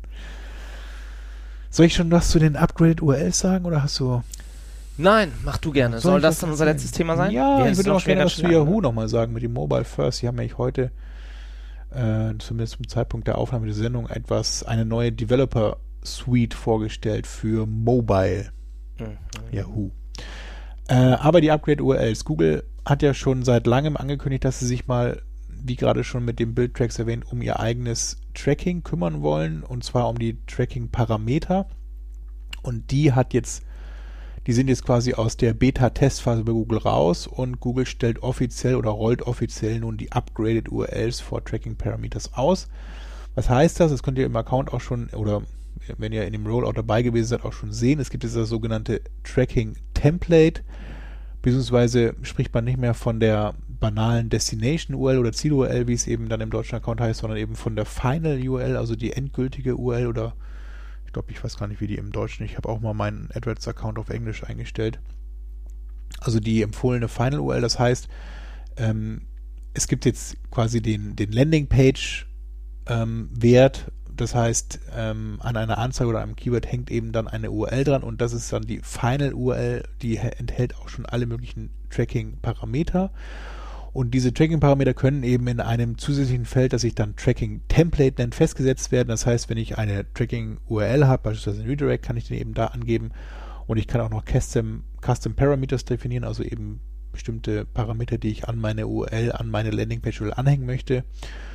Soll ich schon was zu den Upgraded U R Ls sagen oder hast du... Nein, mach du gerne. Soll Soll ich das was dann unser erzählen? letztes Thema sein? Ja, Wir ich sind würde auch schon wieder gerne ganz was zu schön lang, Yahoo ne? nochmal sagen mit dem Mobile First. Die haben nämlich heute, äh, zumindest zum Zeitpunkt der Aufnahme der Sendung, etwas, eine neue Developer Suite vorgestellt für Mobile. Mhm. Yahoo. Äh, aber die Upgrade U R Ls. Google hat ja schon seit langem angekündigt, dass sie sich mal, wie gerade schon mit dem BuildTracks erwähnt, um ihr eigenes Tracking kümmern wollen, und zwar um die Tracking-Parameter. Und die hat jetzt, die sind jetzt quasi aus der Beta-Testphase bei Google raus und Google stellt offiziell oder rollt offiziell nun die Upgraded U R Ls for Tracking Parameters aus. Was heißt das? Das könnt ihr im Account auch schon, oder wenn ihr in dem Rollout dabei gewesen seid, auch schon sehen. Es gibt jetzt das sogenannte Tracking Template, beziehungsweise spricht man nicht mehr von der banalen Destination-U R L oder Ziel-U R L, wie es eben dann im deutschen Account heißt, sondern eben von der Final-U R L, also die endgültige U R L oder ich glaube, ich weiß gar nicht, wie die im Deutschen, ich habe auch mal meinen AdWords-Account auf Englisch eingestellt. Also die empfohlene Final-U R L, das heißt, ähm, es gibt jetzt quasi den, den Landingpage-Wert, ähm, das heißt, ähm, an einer Anzeige oder einem Keyword hängt eben dann eine U R L dran und das ist dann die Final-U R L, die enthält auch schon alle möglichen Tracking-Parameter und diese Tracking-Parameter können eben in einem zusätzlichen Feld, das sich dann Tracking-Template nennt, festgesetzt werden. Das heißt, wenn ich eine Tracking-U R L habe, beispielsweise ein Redirect, kann ich den eben da angeben und ich kann auch noch Custom, Custom Parameters definieren, also eben bestimmte Parameter, die ich an meine U R L, an meine Landingpage anhängen möchte.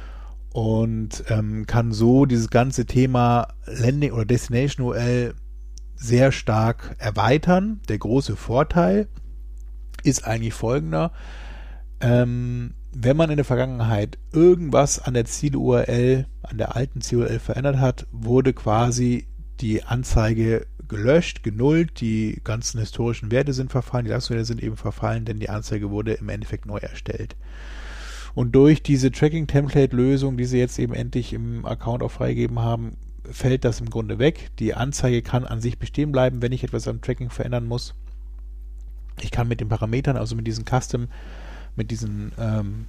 Und ähm, kann so dieses ganze Thema Landing oder Destination U R L sehr stark erweitern. Der große Vorteil ist eigentlich folgender. Ähm, wenn man in der Vergangenheit irgendwas an der Ziel-U R L, an der alten Ziel-U R L verändert hat, wurde quasi die Anzeige gelöscht, genullt, die ganzen historischen Werte sind verfallen, die Leistungswerte sind eben verfallen, denn die Anzeige wurde im Endeffekt neu erstellt. Und durch diese Tracking-Template-Lösung, die sie jetzt eben endlich im Account auch freigegeben haben, fällt das im Grunde weg. Die Anzeige kann an sich bestehen bleiben, wenn ich etwas am Tracking verändern muss. Ich kann mit den Parametern, also mit diesen Custom, mit diesen ähm,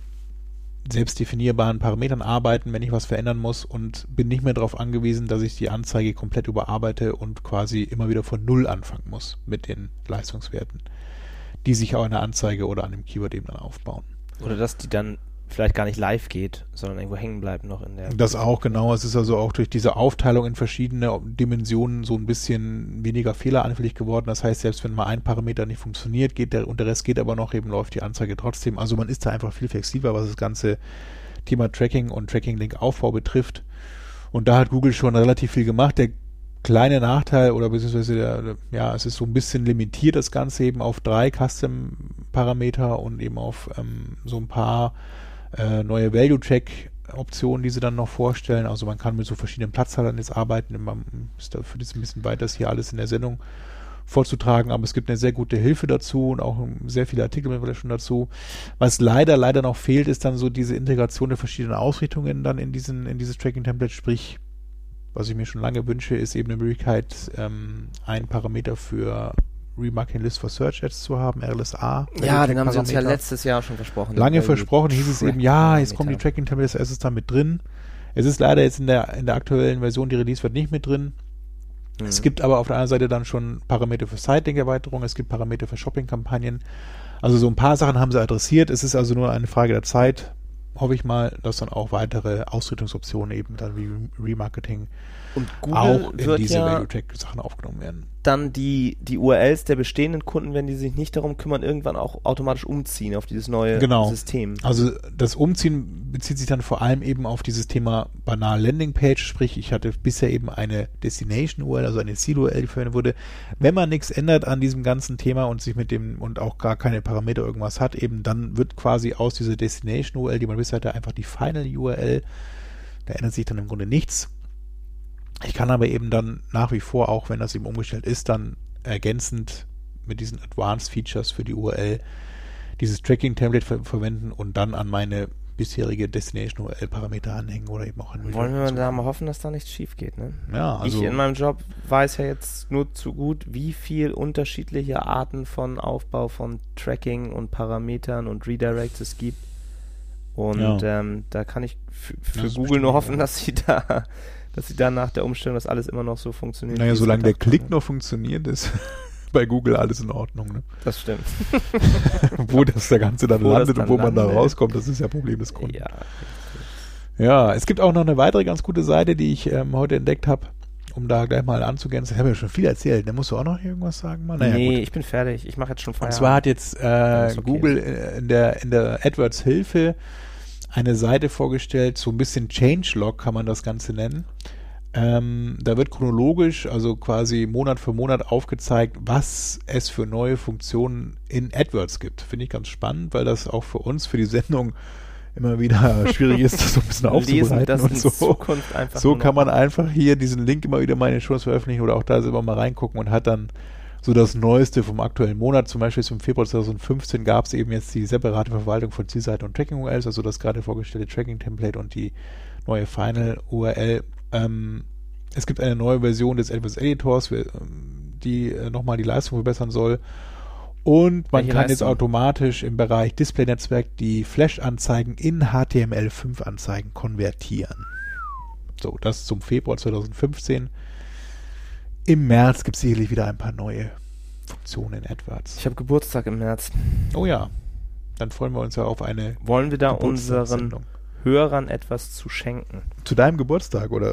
selbst definierbaren Parametern arbeiten, wenn ich was verändern muss und bin nicht mehr darauf angewiesen, dass ich die Anzeige komplett überarbeite und quasi immer wieder von Null anfangen muss mit den Leistungswerten, die sich auch in der Anzeige oder an dem Keyword eben dann aufbauen. Oder dass die dann vielleicht gar nicht live geht, sondern irgendwo hängen bleibt noch in der... Das auch, genau. Es ist also auch durch diese Aufteilung in verschiedene Dimensionen so ein bisschen weniger fehleranfällig geworden. Das heißt, selbst wenn mal ein Parameter nicht funktioniert, geht der und der Rest geht aber noch, eben läuft die Anzeige trotzdem. Also man ist da einfach viel flexibler, was das ganze Thema Tracking und Tracking-Link-Aufbau betrifft. Und da hat Google schon relativ viel gemacht. Der kleine Nachteil oder beziehungsweise der, ja, es ist so ein bisschen limitiert, das Ganze eben auf drei Custom-Parameter und eben auf ähm, so ein paar äh, neue Value-Check-Optionen, die sie dann noch vorstellen. Also man kann mit so verschiedenen Platzhaltern jetzt arbeiten. Man ist dafür ein bisschen weit, das hier alles in der Sendung vorzutragen, aber es gibt eine sehr gute Hilfe dazu und auch sehr viele Artikel mittlerweile schon dazu. Was leider, leider noch fehlt, ist dann so diese Integration der verschiedenen Ausrichtungen dann in diesen, in dieses Tracking-Template, sprich, was ich mir schon lange wünsche, ist eben eine Möglichkeit, ähm, einen Parameter für Remarketing List for Search Ads zu haben, R L S A. Ja, den haben sie uns ja letztes Jahr schon versprochen. Lange versprochen, hieß es eben, ja, jetzt kommen die Tracking-Templates, es ist da mit drin. Es ist leider jetzt in der, in der aktuellen Version, die Release wird nicht mit drin. Mhm. Es gibt aber auf der anderen Seite dann schon Parameter für Site-Link-Erweiterung, es gibt Parameter für Shopping-Kampagnen. Also so ein paar Sachen haben sie adressiert. Es ist also nur eine Frage der Zeit, hoffe ich mal, dass dann auch weitere Ausrichtungsoptionen eben dann wie Remarketing und Google auch in wird diese ja Value-Check-Sachen aufgenommen werden. Dann die, die U R Ls der bestehenden Kunden, wenn die sich nicht darum kümmern, irgendwann auch automatisch umziehen auf dieses neue genau. System. Also das Umziehen bezieht sich dann vor allem eben auf dieses Thema banal Landingpage, sprich ich hatte bisher eben eine Destination-U R L, also eine Ziel-U R L, die verwendet wurde. Wenn man nichts ändert an diesem ganzen Thema und sich mit dem und auch gar keine Parameter irgendwas hat, eben dann wird quasi aus dieser Destination-U R L, die man bisher hatte, einfach die Final-U R L. Da ändert sich dann im Grunde nichts. Ich kann aber eben dann nach wie vor, auch wenn das eben umgestellt ist, dann ergänzend mit diesen Advanced Features für die U R L dieses Tracking-Template ver- verwenden und dann an meine bisherige Destination-U R L-Parameter anhängen oder eben auch an Wollen wir da mal hoffen, dass da nichts schief geht, ne? Ja, also ich in meinem Job weiß ja jetzt nur zu gut, wie viel unterschiedliche Arten von Aufbau von Tracking und Parametern und Redirects es gibt. Und ja. ähm, da kann ich f- für Google nur hoffen, dass sie da dass sie dann nach der Umstellung das alles immer noch so funktioniert. Naja, solange der Klick haben. noch funktioniert, ist bei Google alles in Ordnung. Ne? Das stimmt. Wo das der Ganze dann wo landet dann und wo landet. man da rauskommt, das ist ja Problem des Kunden. Ja. Ja, es gibt auch noch eine weitere ganz gute Seite, die ich ähm, heute entdeckt habe, um da gleich mal anzugehen. Ich habe ja schon viel erzählt. Da musst du auch noch irgendwas sagen? Mal? Naja, nee, gut. Ich bin fertig. Ich mache jetzt schon Feierabend. Und zwar hat jetzt äh, okay Google in der, in der AdWords-Hilfe eine Seite vorgestellt, so ein bisschen Changelog kann man das Ganze nennen. Ähm, da wird chronologisch, also quasi Monat für Monat aufgezeigt, was es für neue Funktionen in AdWords gibt. Finde ich ganz spannend, weil das auch für uns, für die Sendung immer wieder schwierig ist, das so ein bisschen aufzubereiten das und in so. Zukunft einfach so kann man einfach hier diesen Link immer wieder mal in den Shows veröffentlichen oder auch da selber mal reingucken und hat dann so das Neueste vom aktuellen Monat. Zum Beispiel ist im Februar zwanzig fünfzehn gab es eben jetzt die separate Verwaltung von Zielseiten und Tracking-U R Ls, also das gerade vorgestellte Tracking-Template und die neue Final-U R L. Ähm, es gibt eine neue Version des Advanced Editors, die äh, nochmal die Leistung verbessern soll. Und man Welche kann Leistung? jetzt automatisch im Bereich Display-Netzwerk die Flash-Anzeigen in H T M L fünf Anzeigen konvertieren. So, das zum Februar zwanzig fünfzehn. Im März gibt es sicherlich wieder ein paar neue Funktionen in AdWords. Ich habe Geburtstag im März. Oh ja, dann freuen wir uns ja auf eine Wollen wir da unseren Geburtstagssendung. Hörern etwas zu schenken? Zu deinem Geburtstag, oder?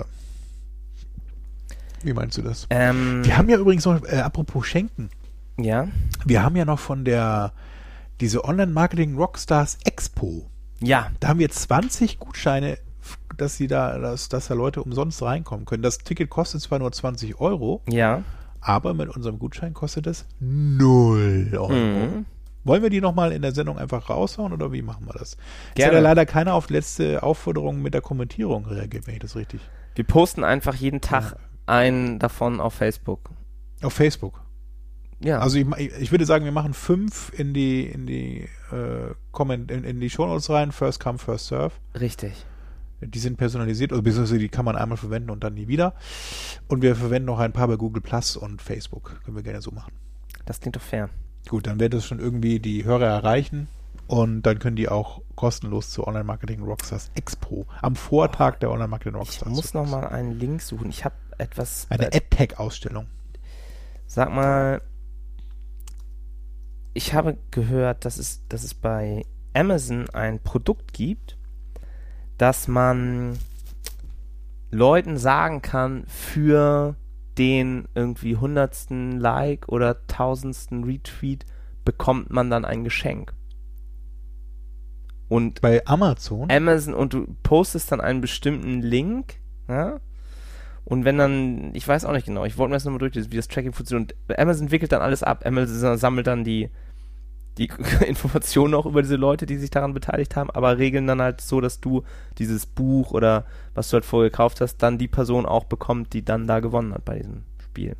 Wie meinst du das? Ähm, Wir haben ja übrigens noch, äh, apropos Schenken, ja? wir haben ja noch von der, diese Online-Marketing Rockstars Expo, Ja. da haben wir zwanzig Gutscheine, dass sie da, dass, dass da Leute umsonst reinkommen können. Das Ticket kostet zwar nur zwanzig Euro, Ja. aber mit unserem Gutschein kostet es null Euro. Mhm. Wollen wir die nochmal in der Sendung einfach raushauen oder wie machen wir das? Es Gerne. hat ja leider keiner auf die letzte Aufforderung mit der Kommentierung reagiert, wenn ich das richtig. Wir posten einfach jeden Tag einen davon auf Facebook. Auf Facebook. Ja. Also ich, ich würde sagen, wir machen fünf in die in die äh, Comment, in, in die Shownotes rein, first come, first serve. Richtig. Die sind personalisiert, also beziehungsweise die kann man einmal verwenden und dann nie wieder. Und wir verwenden noch ein paar bei Google Plus und Facebook. Können wir gerne so machen. Das klingt doch fair. Gut, dann wird das schon irgendwie die Hörer erreichen und dann können die auch kostenlos zur Online-Marketing Rockstars Expo am Vortag der Online-Marketing Ich Rockstars. muss nochmal einen Link suchen. Ich habe etwas... Eine äh, AdTech-Ausstellung. Sag mal, ich habe gehört, dass es, dass es bei Amazon ein Produkt gibt, dass man Leuten sagen kann, für den irgendwie hundertsten Like oder tausendsten Retweet bekommt man dann ein Geschenk. Und Bei Amazon? Amazon, und du postest dann einen bestimmten Link, ja? Und wenn dann, ich weiß auch nicht genau, ich wollte mir das nochmal durchlesen, wie das Tracking funktioniert. Und Amazon wickelt dann alles ab. Amazon sammelt dann die, die Informationen auch über diese Leute, die sich daran beteiligt haben, aber regeln dann halt so, dass du dieses Buch oder was du halt vorher gekauft hast, dann die Person auch bekommt, die dann da gewonnen hat bei diesem Spiel.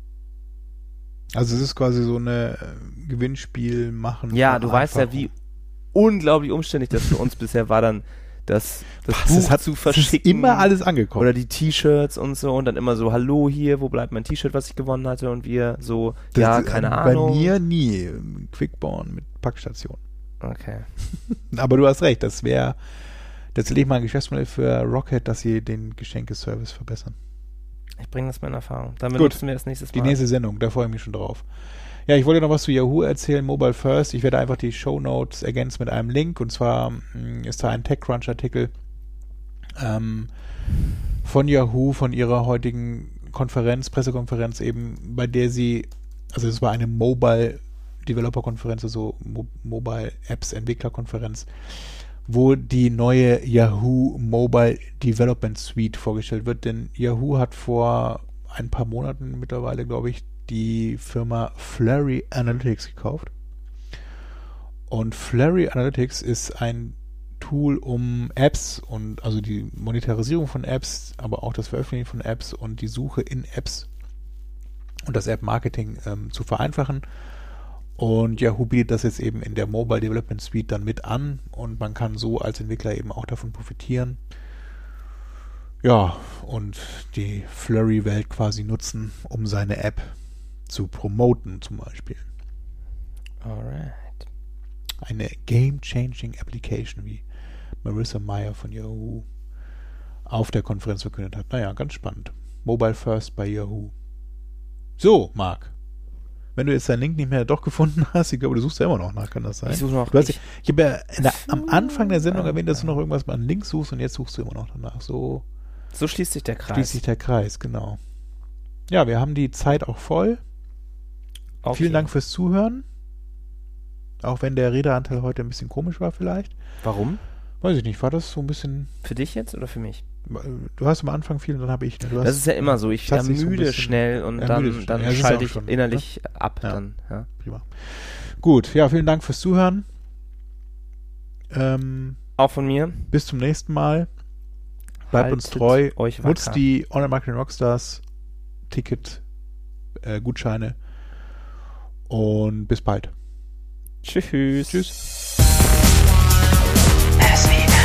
Also es ist quasi so eine äh, Gewinnspiel machen. Ja, du weißt ja, wie unglaublich umständlich das für uns bisher war, dann das, das Was, Buch das hat, zu das verschicken. ist immer alles angekommen. Oder die T-Shirts und so und dann immer so, hallo hier, wo bleibt mein T-Shirt, was ich gewonnen hatte? Und wir so, Das- ja, keine bei Ahnung. Bei mir nie. Quickborn mit Packstation. Okay. Aber du hast recht, das wäre tatsächlich mal ein Geschäftsmodell für Rocket, dass sie den Geschenkeservice verbessern. Ich bringe das mal in Erfahrung. Dann Gut. benutzen wir das nächstes Die Mal. nächste Sendung, da freue ich mich schon drauf. Ja, ich wollte noch was zu Yahoo erzählen, Mobile First. Ich werde einfach die Shownotes ergänzen mit einem Link und zwar mh, ist da ein TechCrunch-Artikel ähm, von Yahoo, von ihrer heutigen Konferenz, Pressekonferenz eben, bei der sie, also es war eine Mobile Developer Konferenz, also Mo- Mobile Apps Entwicklerkonferenz, wo die neue Yahoo Mobile Development Suite vorgestellt wird, denn Yahoo hat vor ein paar Monaten mittlerweile, glaube ich, die Firma Flurry Analytics gekauft. Und Flurry Analytics ist ein Tool, um Apps und also die Monetarisierung von Apps, aber auch das Veröffentlichen von Apps und die Suche in Apps und das App-Marketing ähm, zu vereinfachen. Und Yahoo bietet das jetzt eben in der Mobile Development Suite dann mit an und man kann so als Entwickler eben auch davon profitieren. Ja, und die Flurry-Welt quasi nutzen, um seine App zu promoten zum Beispiel. Alright. Eine Game-Changing Application, wie Marissa Mayer von Yahoo auf der Konferenz verkündet hat. Naja, ganz spannend. Mobile First bei Yahoo. So, Marc. Wenn du jetzt deinen Link nicht mehr doch gefunden hast, ich glaube, du suchst ja immer noch nach, kann das sein? Ich suche noch. Du hast, ich, ich habe ja in der, am Anfang der Sendung erwähnt, dass du noch irgendwas mal an Links suchst und jetzt suchst du immer noch danach. So so schließt sich der Kreis. schließt sich der Kreis, genau. Ja, wir haben die Zeit auch voll. Okay. Vielen Dank fürs Zuhören. Auch wenn der Redeanteil heute ein bisschen komisch war vielleicht. Warum? Weiß ich nicht, war das so ein bisschen... Für dich jetzt oder für mich? Du hast am Anfang viel und dann habe ich... Du hast, Das ist ja immer so. Ich das hat sich so ein ermüde bisschen- schnell und ermüdet dann, schnell. dann Ja, das ist schalte auch ich schon, innerlich ab. Ja. Dann, ja. Prima. Gut, ja, vielen Dank fürs Zuhören. Ähm, Auch von mir. bis zum nächsten Mal. Bleibt uns Haltet treu. euch wacker. Nutzt die Online Marketing Rockstars Ticket, äh, Gutscheine und bis bald. Tschüss. Tschüss. S V N.